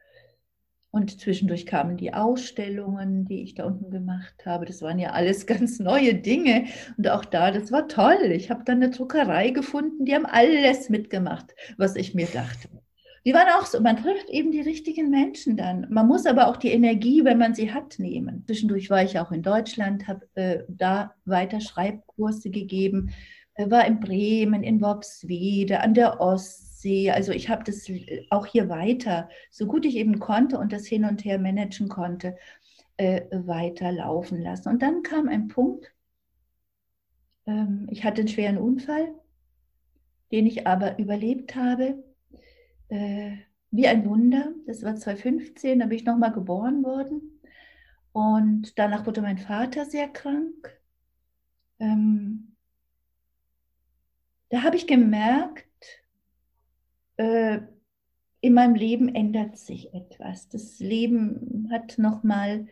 Und zwischendurch kamen die Ausstellungen, die ich da unten gemacht habe. Das waren ja alles ganz neue Dinge. Und auch da, das war toll. Ich habe dann eine Druckerei gefunden, die haben alles mitgemacht, was ich mir dachte. Die waren auch so, man trifft eben die richtigen Menschen dann. Man muss aber auch die Energie, wenn man sie hat, nehmen. Zwischendurch war ich auch in Deutschland, habe äh, da weiter Schreibkurse gegeben. war in Bremen, in Worpswede, an der Ostsee. Also ich habe das auch hier weiter, so gut ich eben konnte und das hin und her managen konnte, äh, weiter laufen lassen. Und dann kam ein Punkt, ähm, ich hatte einen schweren Unfall, den ich aber überlebt habe, äh, wie ein Wunder. Das war zweitausendfünfzehn, da bin ich nochmal geboren worden. Und danach wurde mein Vater sehr krank. Ähm, da habe ich gemerkt, äh, in meinem Leben ändert sich etwas. Das Leben hat nochmal,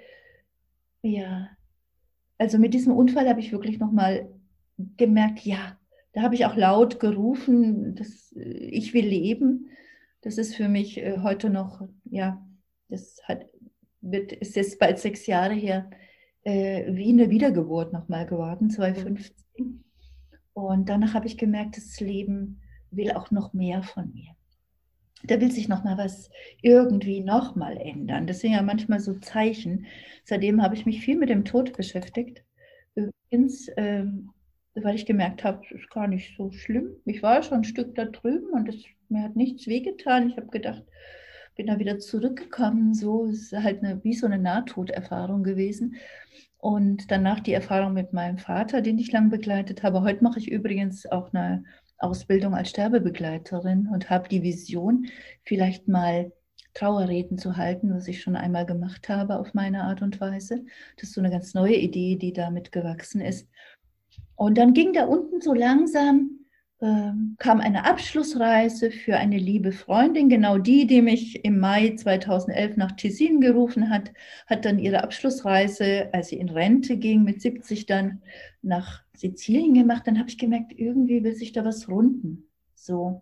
ja, also mit diesem Unfall habe ich wirklich nochmal gemerkt, ja, da habe ich auch laut gerufen, dass ich will leben. Das ist für mich äh, heute noch, ja, das hat, wird, ist jetzt bald sechs Jahre her, äh, wie eine Wiedergeburt nochmal geworden, zweitausendfünfzehn. Und danach habe ich gemerkt, das Leben will auch noch mehr von mir. Da will sich noch mal was irgendwie noch mal ändern. Das sind ja manchmal so Zeichen. Seitdem habe ich mich viel mit dem Tod beschäftigt. Übrigens, ähm, weil ich gemerkt habe, es ist gar nicht so schlimm. Ich war schon ein Stück da drüben und es, mir hat nichts wehgetan. Ich habe gedacht, bin da wieder zurückgekommen. So ist halt eine, wie so eine Nahtoderfahrung gewesen. Und danach die Erfahrung mit meinem Vater, den ich lang begleitet habe. Heute mache ich übrigens auch eine Ausbildung als Sterbebegleiterin und habe die Vision, vielleicht mal Trauerreden zu halten, was ich schon einmal gemacht habe auf meine Art und Weise. Das ist so eine ganz neue Idee, die damit gewachsen ist. Und dann ging da unten so langsam, äh, kam eine Abschlussreise für eine liebe Freundin, genau die, die mich im Mai zweitausendelf nach Tessin gerufen hat, hat dann ihre Abschlussreise, als sie in Rente ging, mit siebzig dann nach Sizilien gemacht. Dann habe ich gemerkt, irgendwie will sich da was runden. So.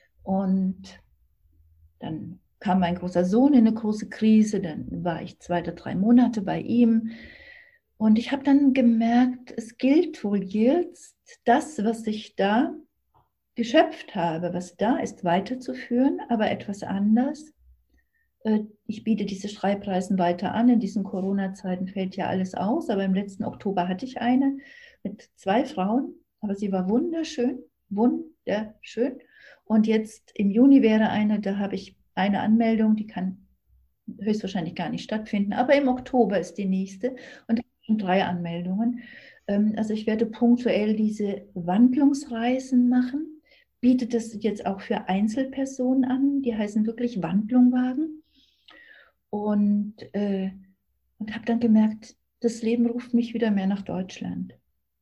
Und dann kam mein großer Sohn in eine große Krise, dann war ich zwei oder drei Monate bei ihm. Und ich habe dann gemerkt, es gilt wohl jetzt, das, was ich da geschöpft habe, was da ist, weiterzuführen, aber etwas anders. Ich biete diese Schreibreisen weiter an. In diesen Corona-Zeiten fällt ja alles aus, aber im letzten Oktober hatte ich eine mit zwei Frauen, aber sie war wunderschön, wunderschön. Und jetzt im Juni wäre eine, da habe ich eine Anmeldung, die kann höchstwahrscheinlich gar nicht stattfinden, aber im Oktober ist die nächste und drei Anmeldungen. Also ich werde punktuell diese Wandlungsreisen machen, biete das jetzt auch für Einzelpersonen an, die heißen wirklich Wandlungwagen. Und, äh, und habe dann gemerkt, das Leben ruft mich wieder mehr nach Deutschland.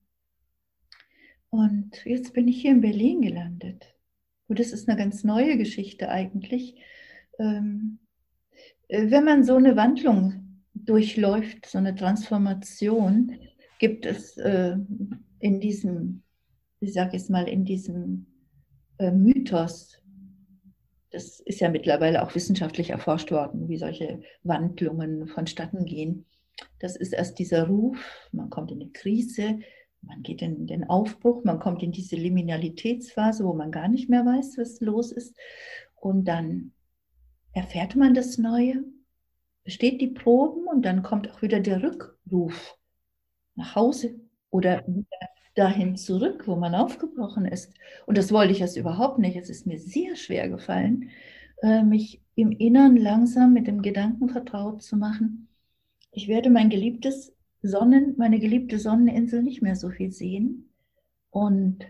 Und jetzt bin ich hier in Berlin gelandet. Und das ist eine ganz neue Geschichte eigentlich. Ähm, wenn man so eine Wandlung durchläuft, so eine Transformation, gibt es äh, in diesem, ich sage jetzt mal, in diesem äh, Mythos, das ist ja mittlerweile auch wissenschaftlich erforscht worden, wie solche Wandlungen vonstatten gehen. Das ist erst dieser Ruf, man kommt in eine Krise, man geht in den Aufbruch, man kommt in diese Liminalitätsphase, wo man gar nicht mehr weiß, was los ist. Und dann erfährt man das Neue, besteht die Proben und dann kommt auch wieder der Rückruf nach Hause oder wieder dahin zurück, wo man aufgebrochen ist. Und das wollte ich jetzt überhaupt nicht. Es ist mir sehr schwer gefallen, mich im Innern langsam mit dem Gedanken vertraut zu machen, ich werde mein geliebtes Sonnen, meine geliebte Sonneninsel nicht mehr so viel sehen. Und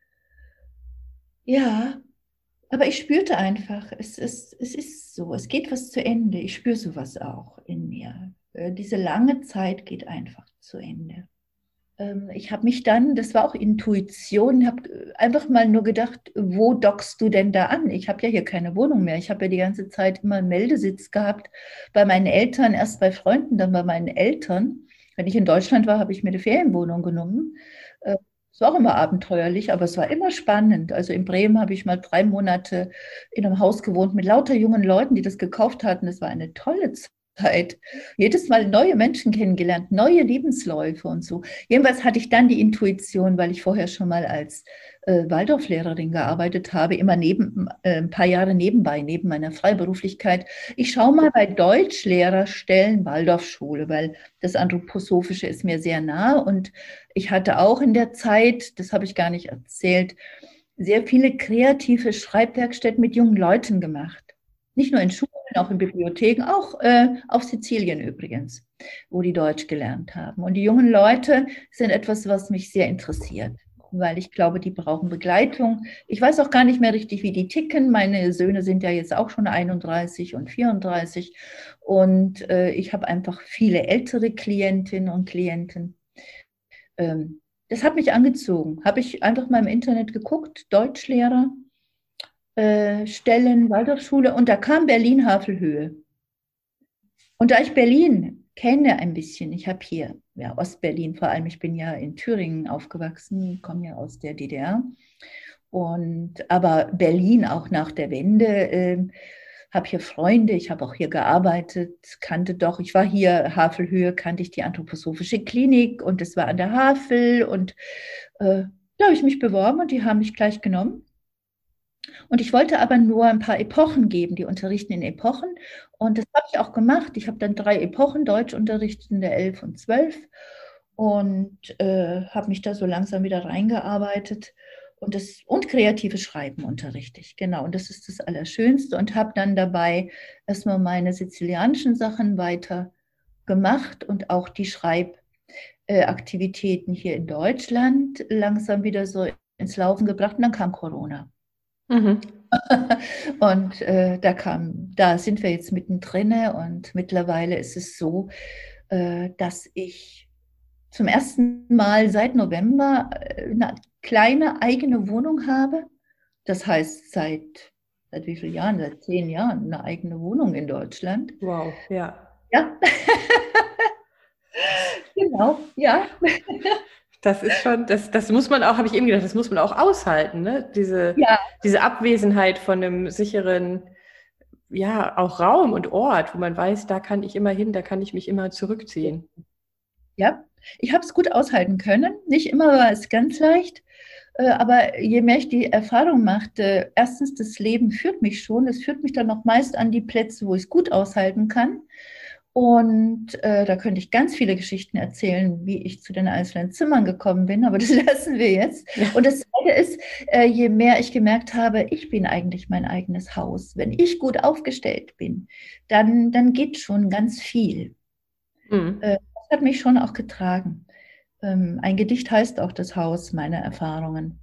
ja, aber ich spürte einfach, es ist, es ist so, es geht was zu Ende. Ich spüre sowas auch in mir. Diese lange Zeit geht einfach zu Ende. Ich habe mich dann, das war auch Intuition, habe einfach mal nur gedacht, wo dockst du denn da an? Ich habe ja hier keine Wohnung mehr. Ich habe ja die ganze Zeit immer einen Meldesitz gehabt bei meinen Eltern, erst bei Freunden, dann bei meinen Eltern. Wenn ich in Deutschland war, habe ich mir eine Ferienwohnung genommen. Es war auch immer abenteuerlich, aber es war immer spannend. Also in Bremen habe ich mal drei Monate in einem Haus gewohnt mit lauter jungen Leuten, die das gekauft hatten. Das war eine tolle Zeit. Zeit jedes Mal neue Menschen kennengelernt, neue Lebensläufe und so. Jedenfalls hatte ich dann die Intuition, weil ich vorher schon mal als äh, Waldorflehrerin gearbeitet habe, immer neben, äh, ein paar Jahre nebenbei, neben meiner Freiberuflichkeit. Ich schaue mal bei Deutschlehrerstellen Waldorfschule, weil das Anthroposophische ist mir sehr nah. Und ich hatte auch in der Zeit, das habe ich gar nicht erzählt, sehr viele kreative Schreibwerkstätten mit jungen Leuten gemacht. Nicht nur in Schulen, auch in Bibliotheken, auch äh, auf Sizilien übrigens, wo die Deutsch gelernt haben. Und die jungen Leute sind etwas, was mich sehr interessiert, weil ich glaube, die brauchen Begleitung. Ich weiß auch gar nicht mehr richtig, wie die ticken. Meine Söhne sind ja jetzt auch schon einunddreißig und vierunddreißig. Und äh, ich habe einfach viele ältere Klientinnen und Klienten. Ähm, das hat mich angezogen. Habe ich einfach mal im Internet geguckt, Deutschlehrer. Äh, Stellen, Waldorfschule, und da kam Berlin-Havelhöhe. Und da ich Berlin kenne ein bisschen, ich habe hier, ja, Ostberlin vor allem, ich bin ja in Thüringen aufgewachsen, komme ja aus der D D R, und, aber Berlin auch nach der Wende, äh, habe hier Freunde, ich habe auch hier gearbeitet, kannte doch, ich war hier, Havelhöhe, kannte ich die Anthroposophische Klinik, und das war an der Havel, und äh, da habe ich mich beworben und die haben mich gleich genommen. Und ich wollte aber nur ein paar Epochen geben, die unterrichten in Epochen. Und das habe ich auch gemacht. Ich habe dann drei Epochen Deutsch unterrichtet in der elf und zwölf und äh, habe mich da so langsam wieder reingearbeitet. Und, das, und kreatives Schreiben unterrichte ich, genau. Und das ist das Allerschönste. Und habe dann dabei erstmal meine sizilianischen Sachen weiter gemacht und auch die Schreibaktivitäten hier in Deutschland langsam wieder so ins Laufen gebracht. Und dann kam Corona. Mhm. Und äh, da kam, da sind wir jetzt mittendrin, und mittlerweile ist es so, äh, dass ich zum ersten Mal seit November eine kleine eigene Wohnung habe. Das heißt, seit, seit wie vielen Jahren? Seit zehn Jahren eine eigene Wohnung in Deutschland. Wow, ja. Ja. Genau, ja. Das ist schon, das, das muss man auch, habe ich eben gedacht, das muss man auch aushalten, ne? Diese, ja. diese Abwesenheit von einem sicheren, ja, auch Raum und Ort, wo man weiß, da kann ich immer hin, da kann ich mich immer zurückziehen. Ja, ich habe es gut aushalten können. Nicht immer war es ganz leicht, aber je mehr ich die Erfahrung machte, erstens, das Leben führt mich schon, es führt mich dann noch meist an die Plätze, wo ich es gut aushalten kann. Und äh, da könnte ich ganz viele Geschichten erzählen, wie ich zu den einzelnen Zimmern gekommen bin, aber das lassen wir jetzt. Ja. Und das Zweite ist, äh, je mehr ich gemerkt habe, ich bin eigentlich mein eigenes Haus. Wenn ich gut aufgestellt bin, dann, dann geht schon ganz viel. Mhm. Äh, das hat mich schon auch getragen. Ähm, ein Gedicht heißt auch das Haus meiner Erfahrungen.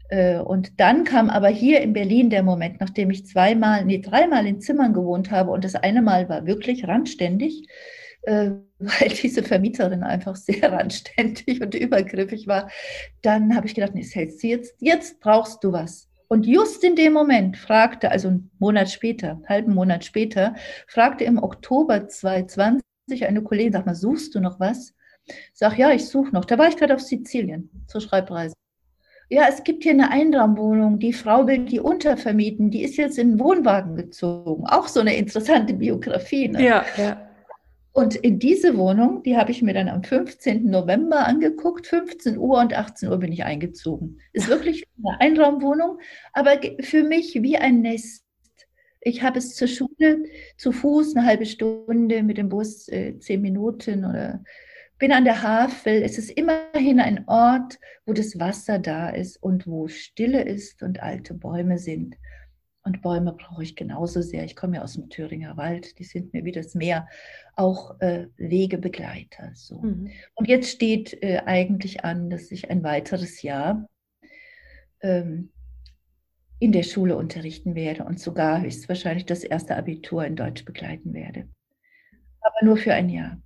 Und dann kam aber hier in Berlin der Moment, nachdem ich zweimal, nee, dreimal in Zimmern gewohnt habe, und das eine Mal war wirklich randständig, äh, weil diese Vermieterin einfach sehr randständig und übergriffig war. Dann habe ich gedacht, nee, das hältst du jetzt, jetzt brauchst du was. Und just in dem Moment fragte, also einen Monat später, einen halben Monat später, fragte im Oktober zweitausendzwanzig eine Kollegin, sag mal, suchst du noch was? Ich sag, ja, ich suche noch. Da war ich gerade auf Sizilien zur Schreibreise. Ja, es gibt hier eine Einraumwohnung, die Frau will die untervermieten, die ist jetzt in den Wohnwagen gezogen. Auch so eine interessante Biografie. Ne? Ja, ja. Und in diese Wohnung, die habe ich mir dann am fünfzehnten November angeguckt, fünfzehn Uhr und achtzehn Uhr bin ich eingezogen. Ist wirklich eine Einraumwohnung, aber für mich wie ein Nest. Ich habe es zur Schule zu Fuß eine halbe Stunde, mit dem Bus äh, zehn Minuten oder... Bin an der Havel, es ist immerhin ein Ort, wo das Wasser da ist und wo Stille ist und alte Bäume sind. Und Bäume brauche ich genauso sehr. Ich komme ja aus dem Thüringer Wald, die sind mir wie das Meer auch äh, Wegebegleiter. So. Mhm. Und jetzt steht äh, eigentlich an, dass ich ein weiteres Jahr ähm, in der Schule unterrichten werde und sogar höchstwahrscheinlich das erste Abitur in Deutsch begleiten werde. Aber nur für ein Jahr.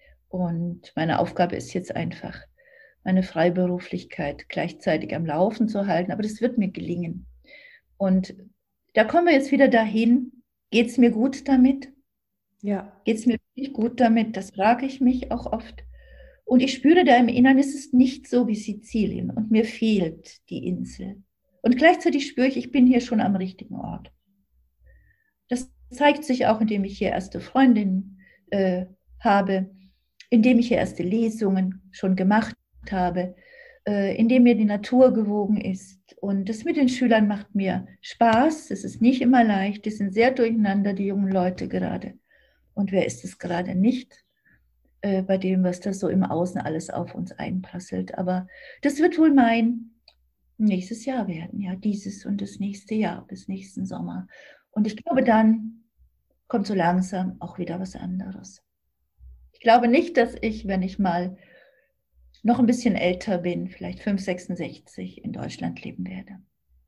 Und meine Aufgabe ist jetzt einfach, meine Freiberuflichkeit gleichzeitig am Laufen zu halten. Aber das wird mir gelingen. Und da kommen wir jetzt wieder dahin, geht es mir gut damit? Ja. Geht es mir wirklich gut damit? Das frage ich mich auch oft. Und ich spüre da im Inneren, es ist nicht so wie Sizilien und mir fehlt die Insel. Und gleichzeitig spüre ich, ich bin hier schon am richtigen Ort. Das zeigt sich auch, indem ich hier erste Freundinnen äh, habe, indem ich erste Lesungen schon gemacht habe, äh, indem mir die Natur gewogen ist. Und das mit den Schülern macht mir Spaß. Es ist nicht immer leicht. Die sind sehr durcheinander, die jungen Leute gerade. Und wer ist es gerade nicht, äh, bei dem, was da so im Außen alles auf uns einprasselt. Aber das wird wohl mein nächstes Jahr werden. Ja, dieses und das nächste Jahr, bis nächsten Sommer. Und ich glaube, dann kommt so langsam auch wieder was anderes. Ich glaube nicht, dass ich, wenn ich mal noch ein bisschen älter bin, vielleicht fünf, sechsundsechzig, in Deutschland leben werde.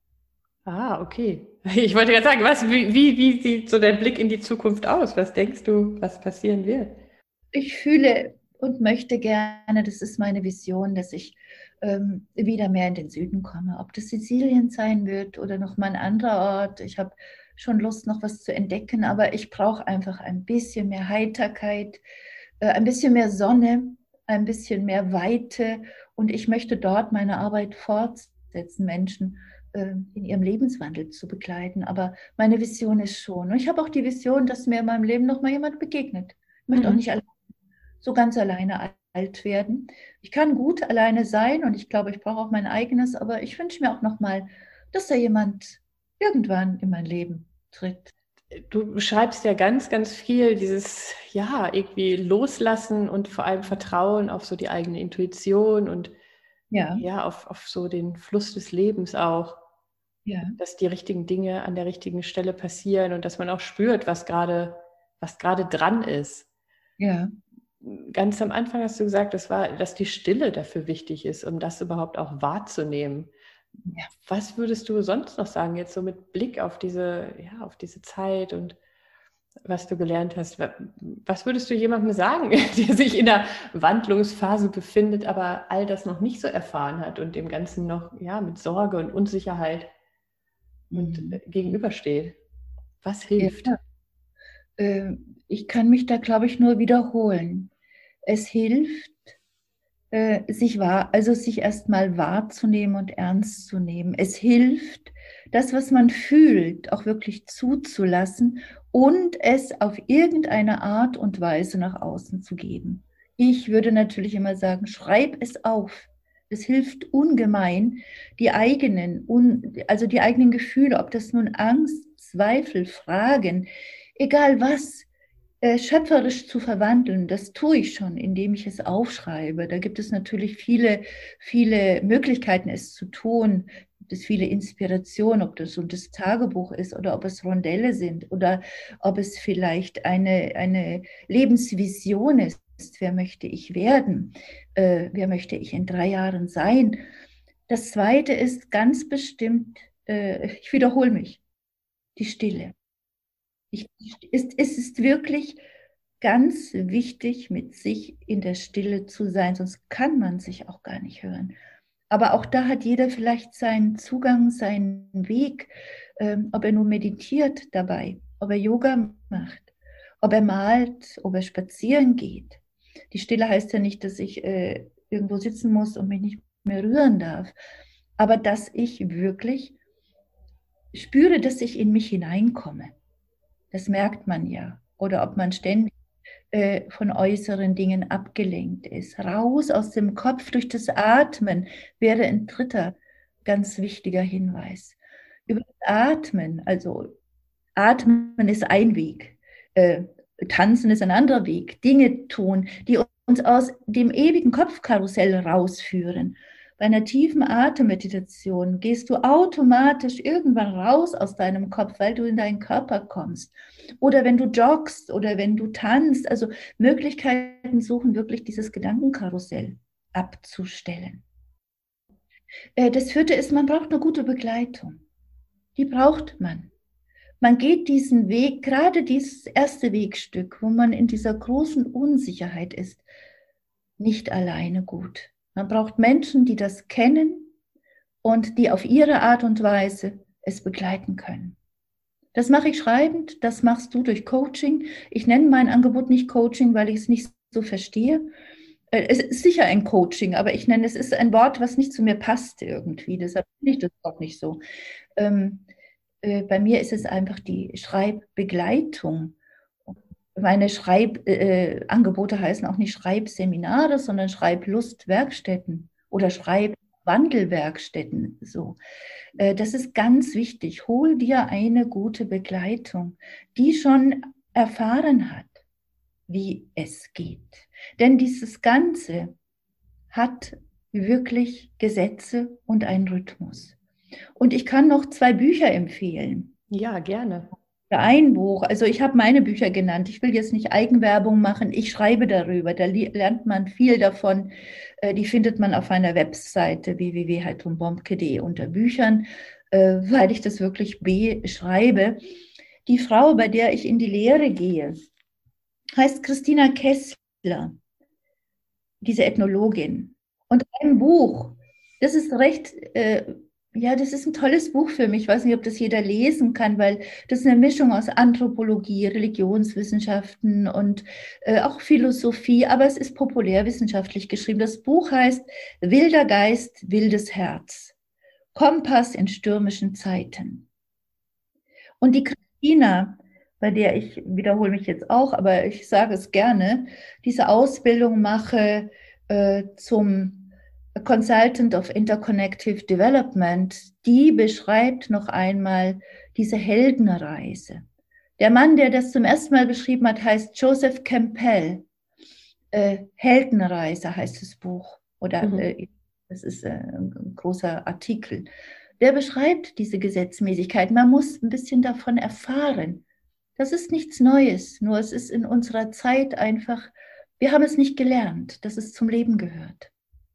Ah, okay. Ich wollte gerade sagen, was, wie, wie, wie sieht so dein Blick in die Zukunft aus? Was denkst du, was passieren wird? Ich fühle und möchte gerne, das ist meine Vision, dass ich ähm, wieder mehr in den Süden komme. Ob das Sizilien sein wird oder noch mal ein anderer Ort. Ich habe schon Lust, noch was zu entdecken, aber ich brauche einfach ein bisschen mehr Heiterkeit, äh, ein bisschen mehr Sonne, ein bisschen mehr Weite, und ich möchte dort meine Arbeit fortsetzen, Menschen äh, in ihrem Lebenswandel zu begleiten. Aber meine Vision ist schon, und ich habe auch die Vision, dass mir in meinem Leben noch mal jemand begegnet. Ich möchte Mhm. auch nicht so ganz alleine alt werden. Ich kann gut alleine sein und ich glaube, ich brauche auch mein eigenes, aber ich wünsche mir auch noch mal, dass da jemand irgendwann in mein Leben tritt. Du beschreibst ja ganz, ganz viel dieses, ja, irgendwie Loslassen und vor allem Vertrauen auf so die eigene Intuition und Ja, ja, auf, auf so den Fluss des Lebens auch, ja, dass die richtigen Dinge an der richtigen Stelle passieren und dass man auch spürt, was gerade, was gerade dran ist. ja. Ganz am Anfang hast du gesagt, das war, dass die Stille dafür wichtig ist, um das überhaupt auch wahrzunehmen. Ja. Was würdest du sonst noch sagen, jetzt so mit Blick auf diese, ja, auf diese Zeit und was du gelernt hast? Was würdest du jemandem sagen, der sich in der Wandlungsphase befindet, aber all das noch nicht so erfahren hat und dem Ganzen noch, ja, mit Sorge und Unsicherheit und Mhm. gegenübersteht? Was Ja. hilft? Äh, Ich kann mich da, glaube ich, nur wiederholen. Es hilft, äh, sich wahr, also sich erstmal wahrzunehmen und ernst zu nehmen. Es hilft, das, was man fühlt, auch wirklich zuzulassen und es auf irgendeine Art und Weise nach außen zu geben. Ich würde natürlich immer sagen, schreib es auf. Es hilft ungemein, die eigenen, also die eigenen Gefühle, ob das nun Angst, Zweifel, Fragen, egal was, äh, schöpferisch zu verwandeln. Das tue ich schon, indem ich es aufschreibe. Da gibt es natürlich viele, viele Möglichkeiten, es zu tun. Gibt es viele Inspirationen, ob das so das Tagebuch ist oder ob es Rondelle sind oder ob es vielleicht eine, eine Lebensvision ist. Wer möchte ich werden? Äh, wer möchte ich in drei Jahren sein? Das Zweite ist ganz bestimmt, äh, ich wiederhole mich, die Stille. Ich, es, es ist wirklich ganz wichtig, mit sich in der Stille zu sein, sonst kann man sich auch gar nicht hören. Aber auch da hat jeder vielleicht seinen Zugang, seinen Weg, ähm, ob er nur meditiert dabei, ob er Yoga macht, ob er malt, ob er spazieren geht. Die Stille heißt ja nicht, dass ich äh, irgendwo sitzen muss und mich nicht mehr rühren darf, aber dass ich wirklich spüre, dass ich in mich hineinkomme. Das merkt man ja. Oder ob man ständig äh, von äußeren Dingen abgelenkt ist. Raus aus dem Kopf durch das Atmen wäre ein dritter ganz wichtiger Hinweis. Über das Atmen, also Atmen ist ein Weg, äh, Tanzen ist ein anderer Weg, Dinge tun, die uns aus dem ewigen Kopfkarussell rausführen. Bei einer tiefen Atemmeditation gehst du automatisch irgendwann raus aus deinem Kopf, weil du in deinen Körper kommst. Oder wenn du joggst oder wenn du tanzt, also Möglichkeiten suchen, wirklich dieses Gedankenkarussell abzustellen. Äh, das vierte ist, man braucht eine gute Begleitung. Die braucht man. Man geht diesen Weg, gerade dieses erste Wegstück, wo man in dieser großen Unsicherheit ist, nicht alleine gut. Man braucht Menschen, die das kennen und die auf ihre Art und Weise es begleiten können. Das mache ich schreibend, das machst du durch Coaching. Ich nenne mein Angebot nicht Coaching, weil ich es nicht so verstehe. Es ist sicher ein Coaching, aber ich nenne es ist ein Wort, was nicht zu mir passt irgendwie. Deshalb finde ich das auch nicht so. Ähm, äh, bei mir ist es einfach die Schreibbegleitung. meine Schreibangebote äh, heißen auch nicht Schreibseminare, sondern Schreiblustwerkstätten oder Schreibwandelwerkstätten. So. Äh, das ist ganz wichtig. Hol dir eine gute Begleitung, die schon erfahren hat, wie es geht. Denn dieses Ganze hat wirklich Gesetze und einen Rhythmus. Und ich kann noch zwei Bücher empfehlen. Ja, gerne. Ein Buch, also ich habe meine Bücher genannt. Ich will jetzt nicht Eigenwerbung machen, ich schreibe darüber. Da lernt man viel davon. Die findet man auf einer Webseite w w w punkt heidrun bomke punkt de unter Büchern, weil ich das wirklich beschreibe. Die Frau, bei der ich in die Lehre gehe, heißt Christina Kessler, diese Ethnologin. Und ein Buch, das ist recht... Äh, Ja, das ist ein tolles Buch für mich. Ich weiß nicht, ob das jeder lesen kann, weil das ist eine Mischung aus Anthropologie, Religionswissenschaften und äh, auch Philosophie, aber es ist populärwissenschaftlich geschrieben. Das Buch heißt Wilder Geist, wildes Herz. Kompass in stürmischen Zeiten. Und die Christina, bei der ich wiederhole mich jetzt auch, aber ich sage es gerne, diese Ausbildung mache äh, zum Consultant of Interconnective Development, die beschreibt noch einmal diese Heldenreise. Der Mann, der das zum ersten Mal beschrieben hat, heißt Joseph Campbell. Äh, Heldenreise heißt das Buch. Oder mhm. äh, das ist äh, ein großer Artikel. Der beschreibt diese Gesetzmäßigkeit. Man muss ein bisschen davon erfahren. Das ist nichts Neues, nur es ist in unserer Zeit einfach, wir haben es nicht gelernt, dass es zum Leben gehört.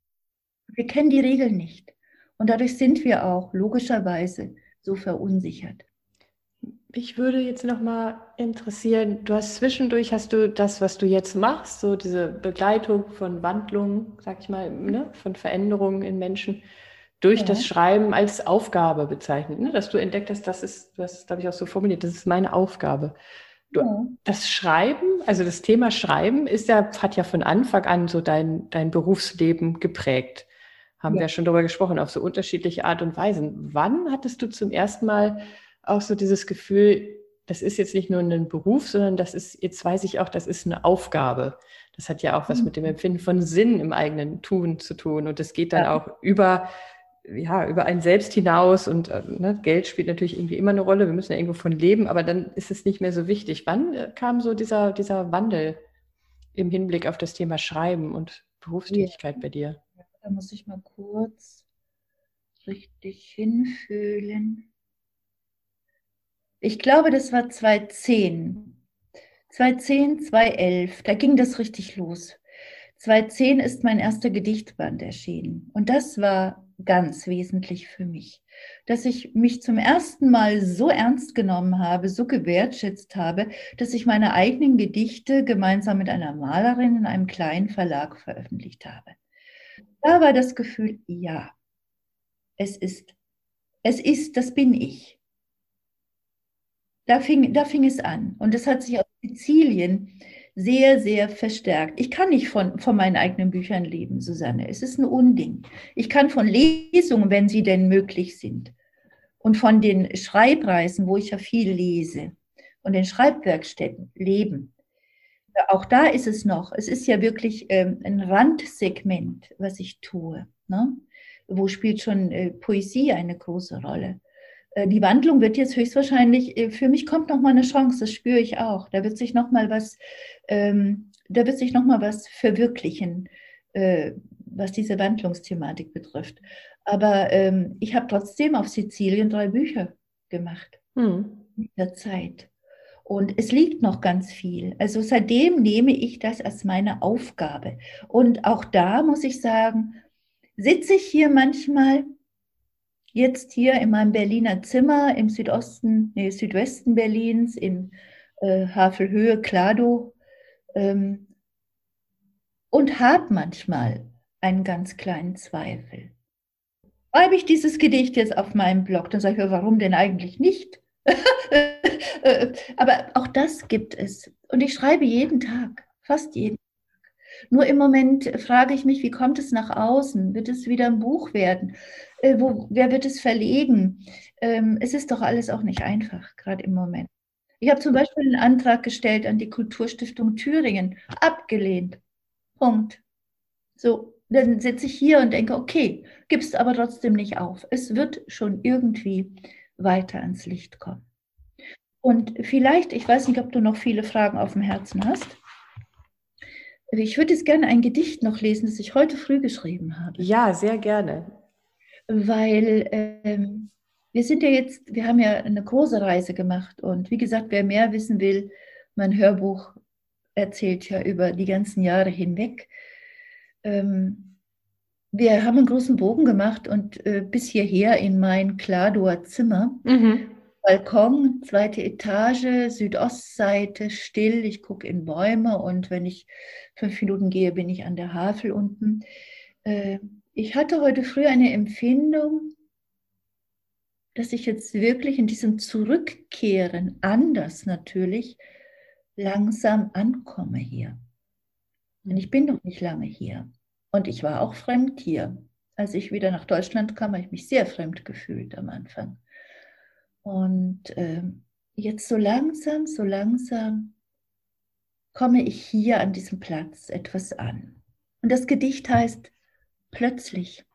Wir kennen die Regeln nicht. Und dadurch sind wir auch logischerweise so verunsichert. Mich würde jetzt noch mal interessieren, du hast zwischendurch, hast du das, was du jetzt machst, so diese Begleitung von Wandlungen, sag ich mal, ne, von Veränderungen in Menschen, durch ja. das Schreiben als Aufgabe bezeichnet, ne? Dass du entdeckt hast, das ist, du hast es, glaube ich, auch so formuliert, das ist meine Aufgabe. Du, ja. Das Schreiben, also das Thema Schreiben ist ja, hat ja von Anfang an so dein, dein Berufsleben geprägt. Haben ja. wir schon darüber gesprochen, auf so unterschiedliche Art und Weisen. Wann hattest du zum ersten Mal auch so dieses Gefühl, das ist jetzt nicht nur ein Beruf, sondern das ist, jetzt weiß ich auch, das ist eine Aufgabe. Das hat ja auch was mit dem Empfinden von Sinn im eigenen Tun zu tun. Und das geht dann ja. auch über, ja, über einen selbst hinaus. Und ne, Geld spielt natürlich irgendwie immer eine Rolle. Wir müssen ja irgendwo von leben, aber dann ist es nicht mehr so wichtig. Wann kam so dieser, dieser Wandel im Hinblick auf das Thema Schreiben und Berufstätigkeit ja. bei dir? Da muss ich mal kurz richtig hinfühlen. Ich glaube, das war zweitausendzehn. zweitausendzehn, zweitausendelf, da ging das richtig los. zweitausendzehn ist mein erster Gedichtband erschienen. Und das war ganz wesentlich für mich, dass ich mich zum ersten Mal so ernst genommen habe, so gewertschätzt habe, dass ich meine eigenen Gedichte gemeinsam mit einer Malerin in einem kleinen Verlag veröffentlicht habe. Da war das Gefühl, ja, es ist, es ist, das bin ich. Da fing, da fing es an. Und das hat sich auf Sizilien sehr, sehr verstärkt. Ich kann nicht von, von meinen eigenen Büchern leben, Susanne. Es ist ein Unding. Ich kann von Lesungen, wenn sie denn möglich sind, und von den Schreibreisen, wo ich ja viel lese, und den Schreibwerkstätten leben. Auch da ist es noch, es ist ja wirklich ähm, ein Randsegment, was ich tue. Ne? Wo spielt schon äh, Poesie eine große Rolle? Äh, die Wandlung wird jetzt höchstwahrscheinlich, äh, für mich kommt noch mal eine Chance, das spüre ich auch. Da wird sich noch mal was, ähm, da wird sich noch mal was verwirklichen, äh, was diese Wandlungsthematik betrifft. Aber ähm, ich habe trotzdem auf Sizilien drei Bücher gemacht hm. in der Zeit. Und es liegt noch ganz viel. Also seitdem nehme ich das als meine Aufgabe. Und auch da muss ich sagen, sitze ich hier manchmal, jetzt hier in meinem Berliner Zimmer im Südosten, nee, Südwesten Berlins, in äh, Havelhöhe, Kladow, ähm, und habe manchmal einen ganz kleinen Zweifel. Schreibe ich dieses Gedicht jetzt auf meinem Blog, dann sage ich, warum denn eigentlich nicht? Aber auch das gibt es. Und ich schreibe jeden Tag, fast jeden Tag. Nur im Moment frage ich mich, wie kommt es nach außen? Wird es wieder ein Buch werden? Äh, wo, wer wird es verlegen? Ähm, es ist doch alles auch nicht einfach, gerade im Moment. Ich habe zum Beispiel einen Antrag gestellt an die Kulturstiftung Thüringen, abgelehnt. Punkt. So, dann sitze ich hier und denke, okay, gibst aber trotzdem nicht auf. Es wird schon irgendwie weiter ans Licht kommen. Und vielleicht, ich weiß nicht, ob du noch viele Fragen auf dem Herzen hast. Ich würde jetzt gerne ein Gedicht noch lesen, das ich heute früh geschrieben habe. Ja, sehr gerne. Weil ähm, wir sind ja jetzt, wir haben ja eine große Reise gemacht. Und wie gesagt, wer mehr wissen will, mein Hörbuch erzählt ja über die ganzen Jahre hinweg. Ähm, wir haben einen großen Bogen gemacht und äh, bis hierher in mein Kladower Zimmer. Mhm. Balkon, zweite Etage, Südostseite, still. Ich gucke in Bäume und wenn ich fünf Minuten gehe, bin ich an der Havel unten. Äh, ich hatte heute früh eine Empfindung, dass ich jetzt wirklich in diesem Zurückkehren, anders natürlich, langsam ankomme hier. Denn ich bin noch nicht lange hier. Und ich war auch fremd hier. Als ich wieder nach Deutschland kam, habe ich mich sehr fremd gefühlt am Anfang. Und äh, jetzt so langsam, so langsam komme ich hier an diesem Platz etwas an. Und das Gedicht heißt Plötzlich.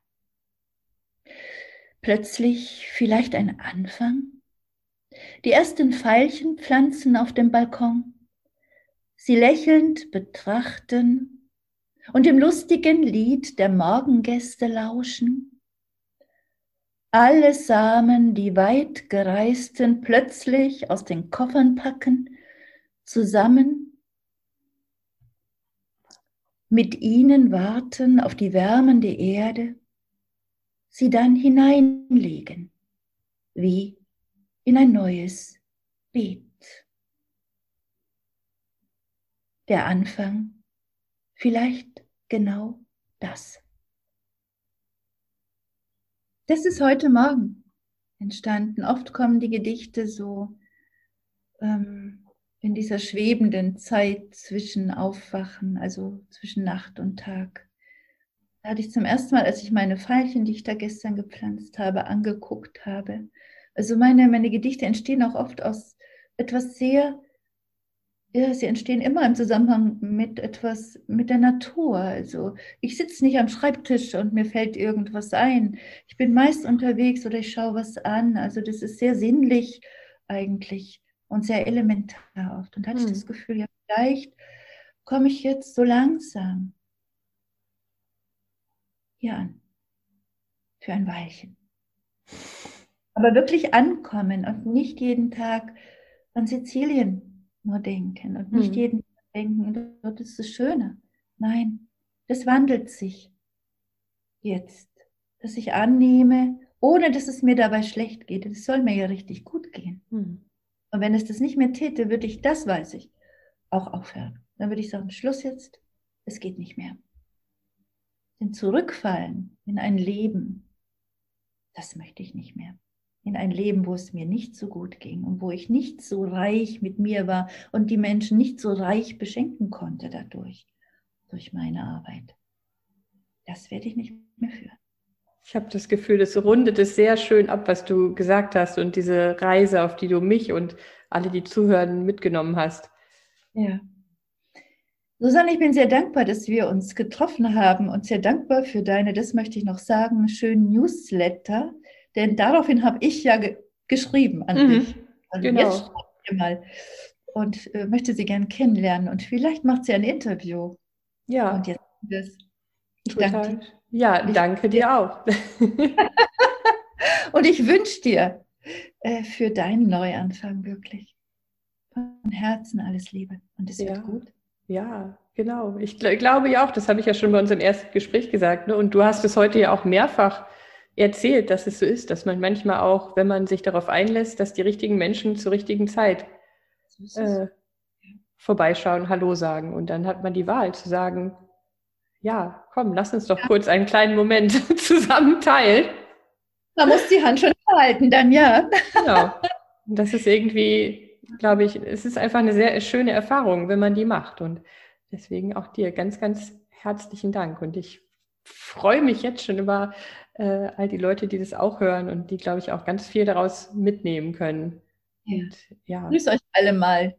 Plötzlich vielleicht ein Anfang. Die ersten Veilchen pflanzen auf dem Balkon. Sie lächelnd betrachten und dem lustigen Lied der Morgengäste lauschen. Alle Samen, die weit gereisten, plötzlich aus den Koffern packen, zusammen mit ihnen warten auf die wärmende Erde, sie dann hineinlegen, wie in ein neues Beet. Der Anfang, vielleicht genau das. Das ist heute Morgen entstanden. Oft kommen die Gedichte so ähm, in dieser schwebenden Zeit zwischen Aufwachen, also zwischen Nacht und Tag. Da hatte ich zum ersten Mal, als ich meine Veilchen, die ich da gestern gepflanzt habe, angeguckt habe. Also meine, meine Gedichte entstehen auch oft aus etwas sehr, ja, sie entstehen immer im Zusammenhang mit etwas, mit der Natur. Also ich sitze nicht am Schreibtisch und mir fällt irgendwas ein. Ich bin meist unterwegs oder ich schaue was an. Also das ist sehr sinnlich eigentlich und sehr elementar oft. Und da hatte Hm. ich das Gefühl, ja, vielleicht komme ich jetzt so langsam hier an. Für ein Weilchen. Aber wirklich ankommen und nicht jeden Tag an Sizilien nur denken und nicht Hm. jeden Tag denken, dort ist das Schöne. Nein, das wandelt sich jetzt, dass ich annehme, ohne dass es mir dabei schlecht geht. Es soll mir ja richtig gut gehen. Hm. Und wenn es das nicht mehr täte, würde ich, das weiß ich, auch aufhören. Dann würde ich sagen, Schluss jetzt, es geht nicht mehr. Denn zurückfallen in ein Leben, das möchte ich nicht mehr. In ein Leben, wo es mir nicht so gut ging und wo ich nicht so reich mit mir war und die Menschen nicht so reich beschenken konnte dadurch, durch meine Arbeit. Das werde ich nicht mehr führen. Ich habe das Gefühl, das rundet es sehr schön ab, was du gesagt hast und diese Reise, auf die du mich und alle, die zuhören, mitgenommen hast. Ja. Susanne, ich bin sehr dankbar, dass wir uns getroffen haben und sehr dankbar für deine, das möchte ich noch sagen, schönen Newsletter, denn daraufhin habe ich ja ge geschrieben an Mhm, dich. Also genau. jetzt schreibe ich mal und äh, möchte sie gern kennenlernen und vielleicht macht sie ein Interview. Ja, und jetzt das. Ich total. danke dir. Ja, Ich danke dir auch. Und ich wünsche dir äh, für deinen Neuanfang wirklich von Herzen alles Liebe und es Ja. wird gut. Ja, genau. Ich gl glaube ja auch, das habe ich ja schon bei unserem ersten Gespräch gesagt, ne? Und du hast es heute ja auch mehrfach erzählt, dass es so ist, dass man manchmal auch, wenn man sich darauf einlässt, dass die richtigen Menschen zur richtigen Zeit So ist es. äh, vorbeischauen, Hallo sagen. Und dann hat man die Wahl zu sagen, ja, komm, lass uns doch kurz einen kleinen Moment zusammen teilen. Man muss die Hand schon halten, dann ja. Genau. Und das ist irgendwie, glaube ich, es ist einfach eine sehr schöne Erfahrung, wenn man die macht. Und deswegen auch dir ganz, ganz herzlichen Dank. Und ich freue mich jetzt schon über äh, all die Leute, die das auch hören und die, glaube ich, auch ganz viel daraus mitnehmen können. Ja. Und, ja. Grüß euch alle mal.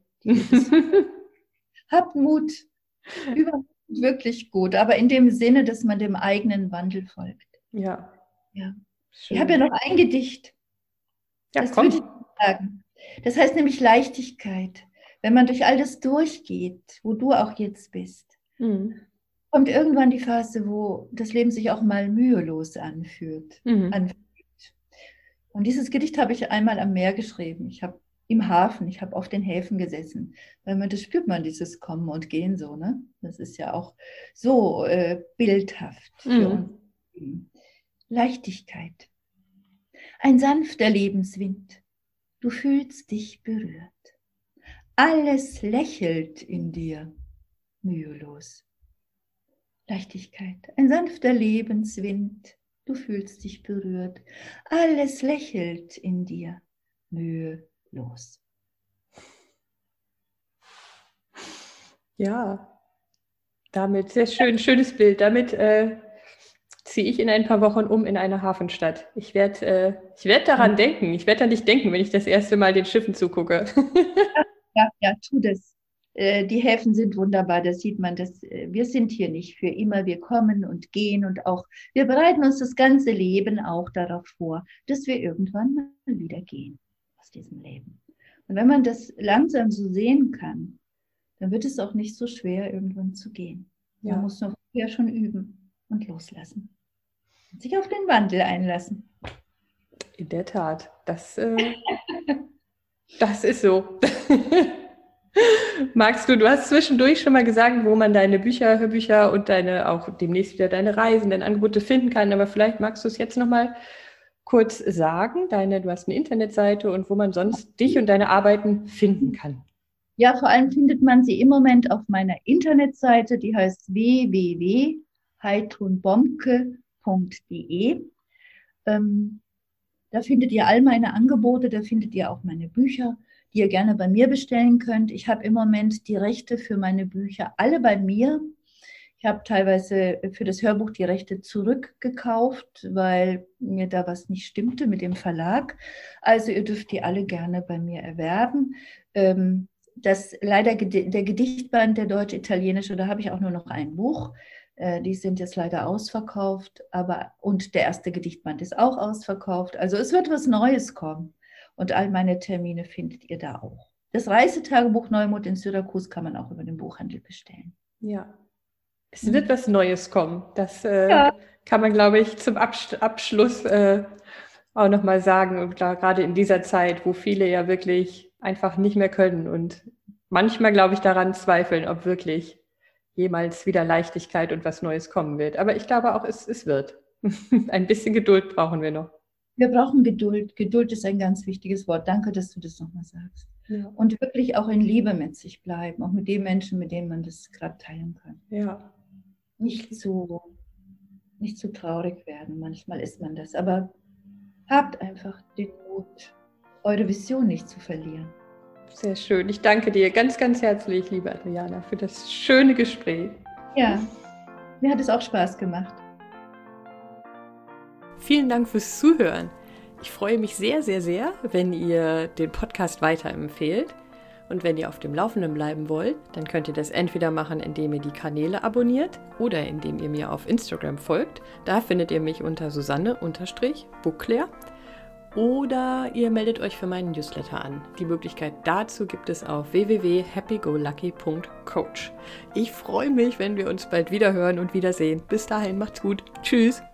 Habt Mut. Überhaupt wirklich gut, aber in dem Sinne, dass man dem eigenen Wandel folgt. Ja. Ja. Schön. Ich habe ja noch ein Gedicht. Ja, das komm. würde ich sagen. Das heißt nämlich Leichtigkeit. Wenn man durch all das durchgeht, wo du auch jetzt bist, Mhm. kommt irgendwann die Phase, wo das Leben sich auch mal mühelos anfühlt. Mhm. anfühlt. Und dieses Gedicht habe ich einmal am Meer geschrieben. Ich habe im Hafen, ich habe auf den Häfen gesessen. Weil man, das spürt man, dieses Kommen und Gehen so. Ne? Das ist ja auch so äh, bildhaft für Mhm. uns. Leichtigkeit. Ein sanfter Lebenswind. Du fühlst dich berührt. Alles lächelt in dir, mühelos. Leichtigkeit, ein sanfter Lebenswind, du fühlst dich berührt. Alles lächelt in dir, mühelos. Ja, damit, sehr schön, schönes Bild. Damit äh, ziehe ich in ein paar Wochen um in eine Hafenstadt. Ich werde äh, ich werd daran denken. Ich werde an dich denken, wenn ich das erste Mal den Schiffen zugucke. Ja, ja, tu das. Äh, die Häfen sind wunderbar, das sieht man. Das, äh, wir sind hier nicht für immer, wir kommen und gehen und auch, wir bereiten uns das ganze Leben auch darauf vor, dass wir irgendwann mal wieder gehen aus diesem Leben. Und wenn man das langsam so sehen kann, dann wird es auch nicht so schwer, irgendwann zu gehen. Man Ja. muss nur vorher schon üben und loslassen. Und sich auf den Wandel einlassen. In der Tat. Das, äh, das ist so. Magst du, du hast zwischendurch schon mal gesagt, wo man deine Bücher, Hörbücher und deine auch demnächst wieder deine Reisen, deine Angebote finden kann, aber vielleicht magst du es jetzt noch mal kurz sagen, deine, du hast eine Internetseite und wo man sonst dich und deine Arbeiten finden kann. Ja, vor allem findet man sie im Moment auf meiner Internetseite, die heißt w w w punkt heidrunbomke punkt de. Ähm, da findet ihr all meine Angebote, da findet ihr auch meine Bücher, die ihr gerne bei mir bestellen könnt. Ich habe im Moment die Rechte für meine Bücher alle bei mir. Ich habe teilweise für das Hörbuch die Rechte zurückgekauft, weil mir da was nicht stimmte mit dem Verlag. Also ihr dürft die alle gerne bei mir erwerben. Ähm, das leider der Gedichtband, der deutsch-italienische, da habe ich auch nur noch ein Buch. Äh, die sind jetzt leider ausverkauft, aber und der erste Gedichtband ist auch ausverkauft. Also es wird was Neues kommen. Und all meine Termine findet ihr da auch. Das Reisetagebuch Neumut in Syrakus kann man auch über den Buchhandel bestellen. Ja, es wird was Neues kommen. Das äh, ja. kann man, glaube ich, zum Abs- Abschluss äh, auch nochmal sagen. Und klar, gerade in dieser Zeit, wo viele ja wirklich einfach nicht mehr können und manchmal, glaube ich, daran zweifeln, ob wirklich jemals wieder Leichtigkeit und was Neues kommen wird. Aber ich glaube auch, es, es wird. Ein bisschen Geduld brauchen wir noch. Wir brauchen Geduld. Geduld ist ein ganz wichtiges Wort. Danke, dass du das nochmal sagst. Ja. Und wirklich auch in Liebe mit sich bleiben, auch mit den Menschen, mit denen man das gerade teilen kann. Ja. Nicht zu, nicht zu traurig werden. Manchmal ist man das. Aber habt einfach den Mut, eure Vision nicht zu verlieren. Sehr schön. Ich danke dir ganz, ganz herzlich, liebe Adriana, für das schöne Gespräch. Ja, mir hat es auch Spaß gemacht. Vielen Dank fürs Zuhören. Ich freue mich sehr, sehr, sehr, wenn ihr den Podcast weiterempfehlt. Und wenn ihr auf dem Laufenden bleiben wollt, dann könnt ihr das entweder machen, indem ihr die Kanäle abonniert oder indem ihr mir auf Instagram folgt. Da findet ihr mich unter Susanne-Buckler. Oder ihr meldet euch für meinen Newsletter an. Die Möglichkeit dazu gibt es auf w w w punkt happy go lucky punkt coach. Ich freue mich, wenn wir uns bald wieder hören und wiedersehen. Bis dahin, macht's gut. Tschüss.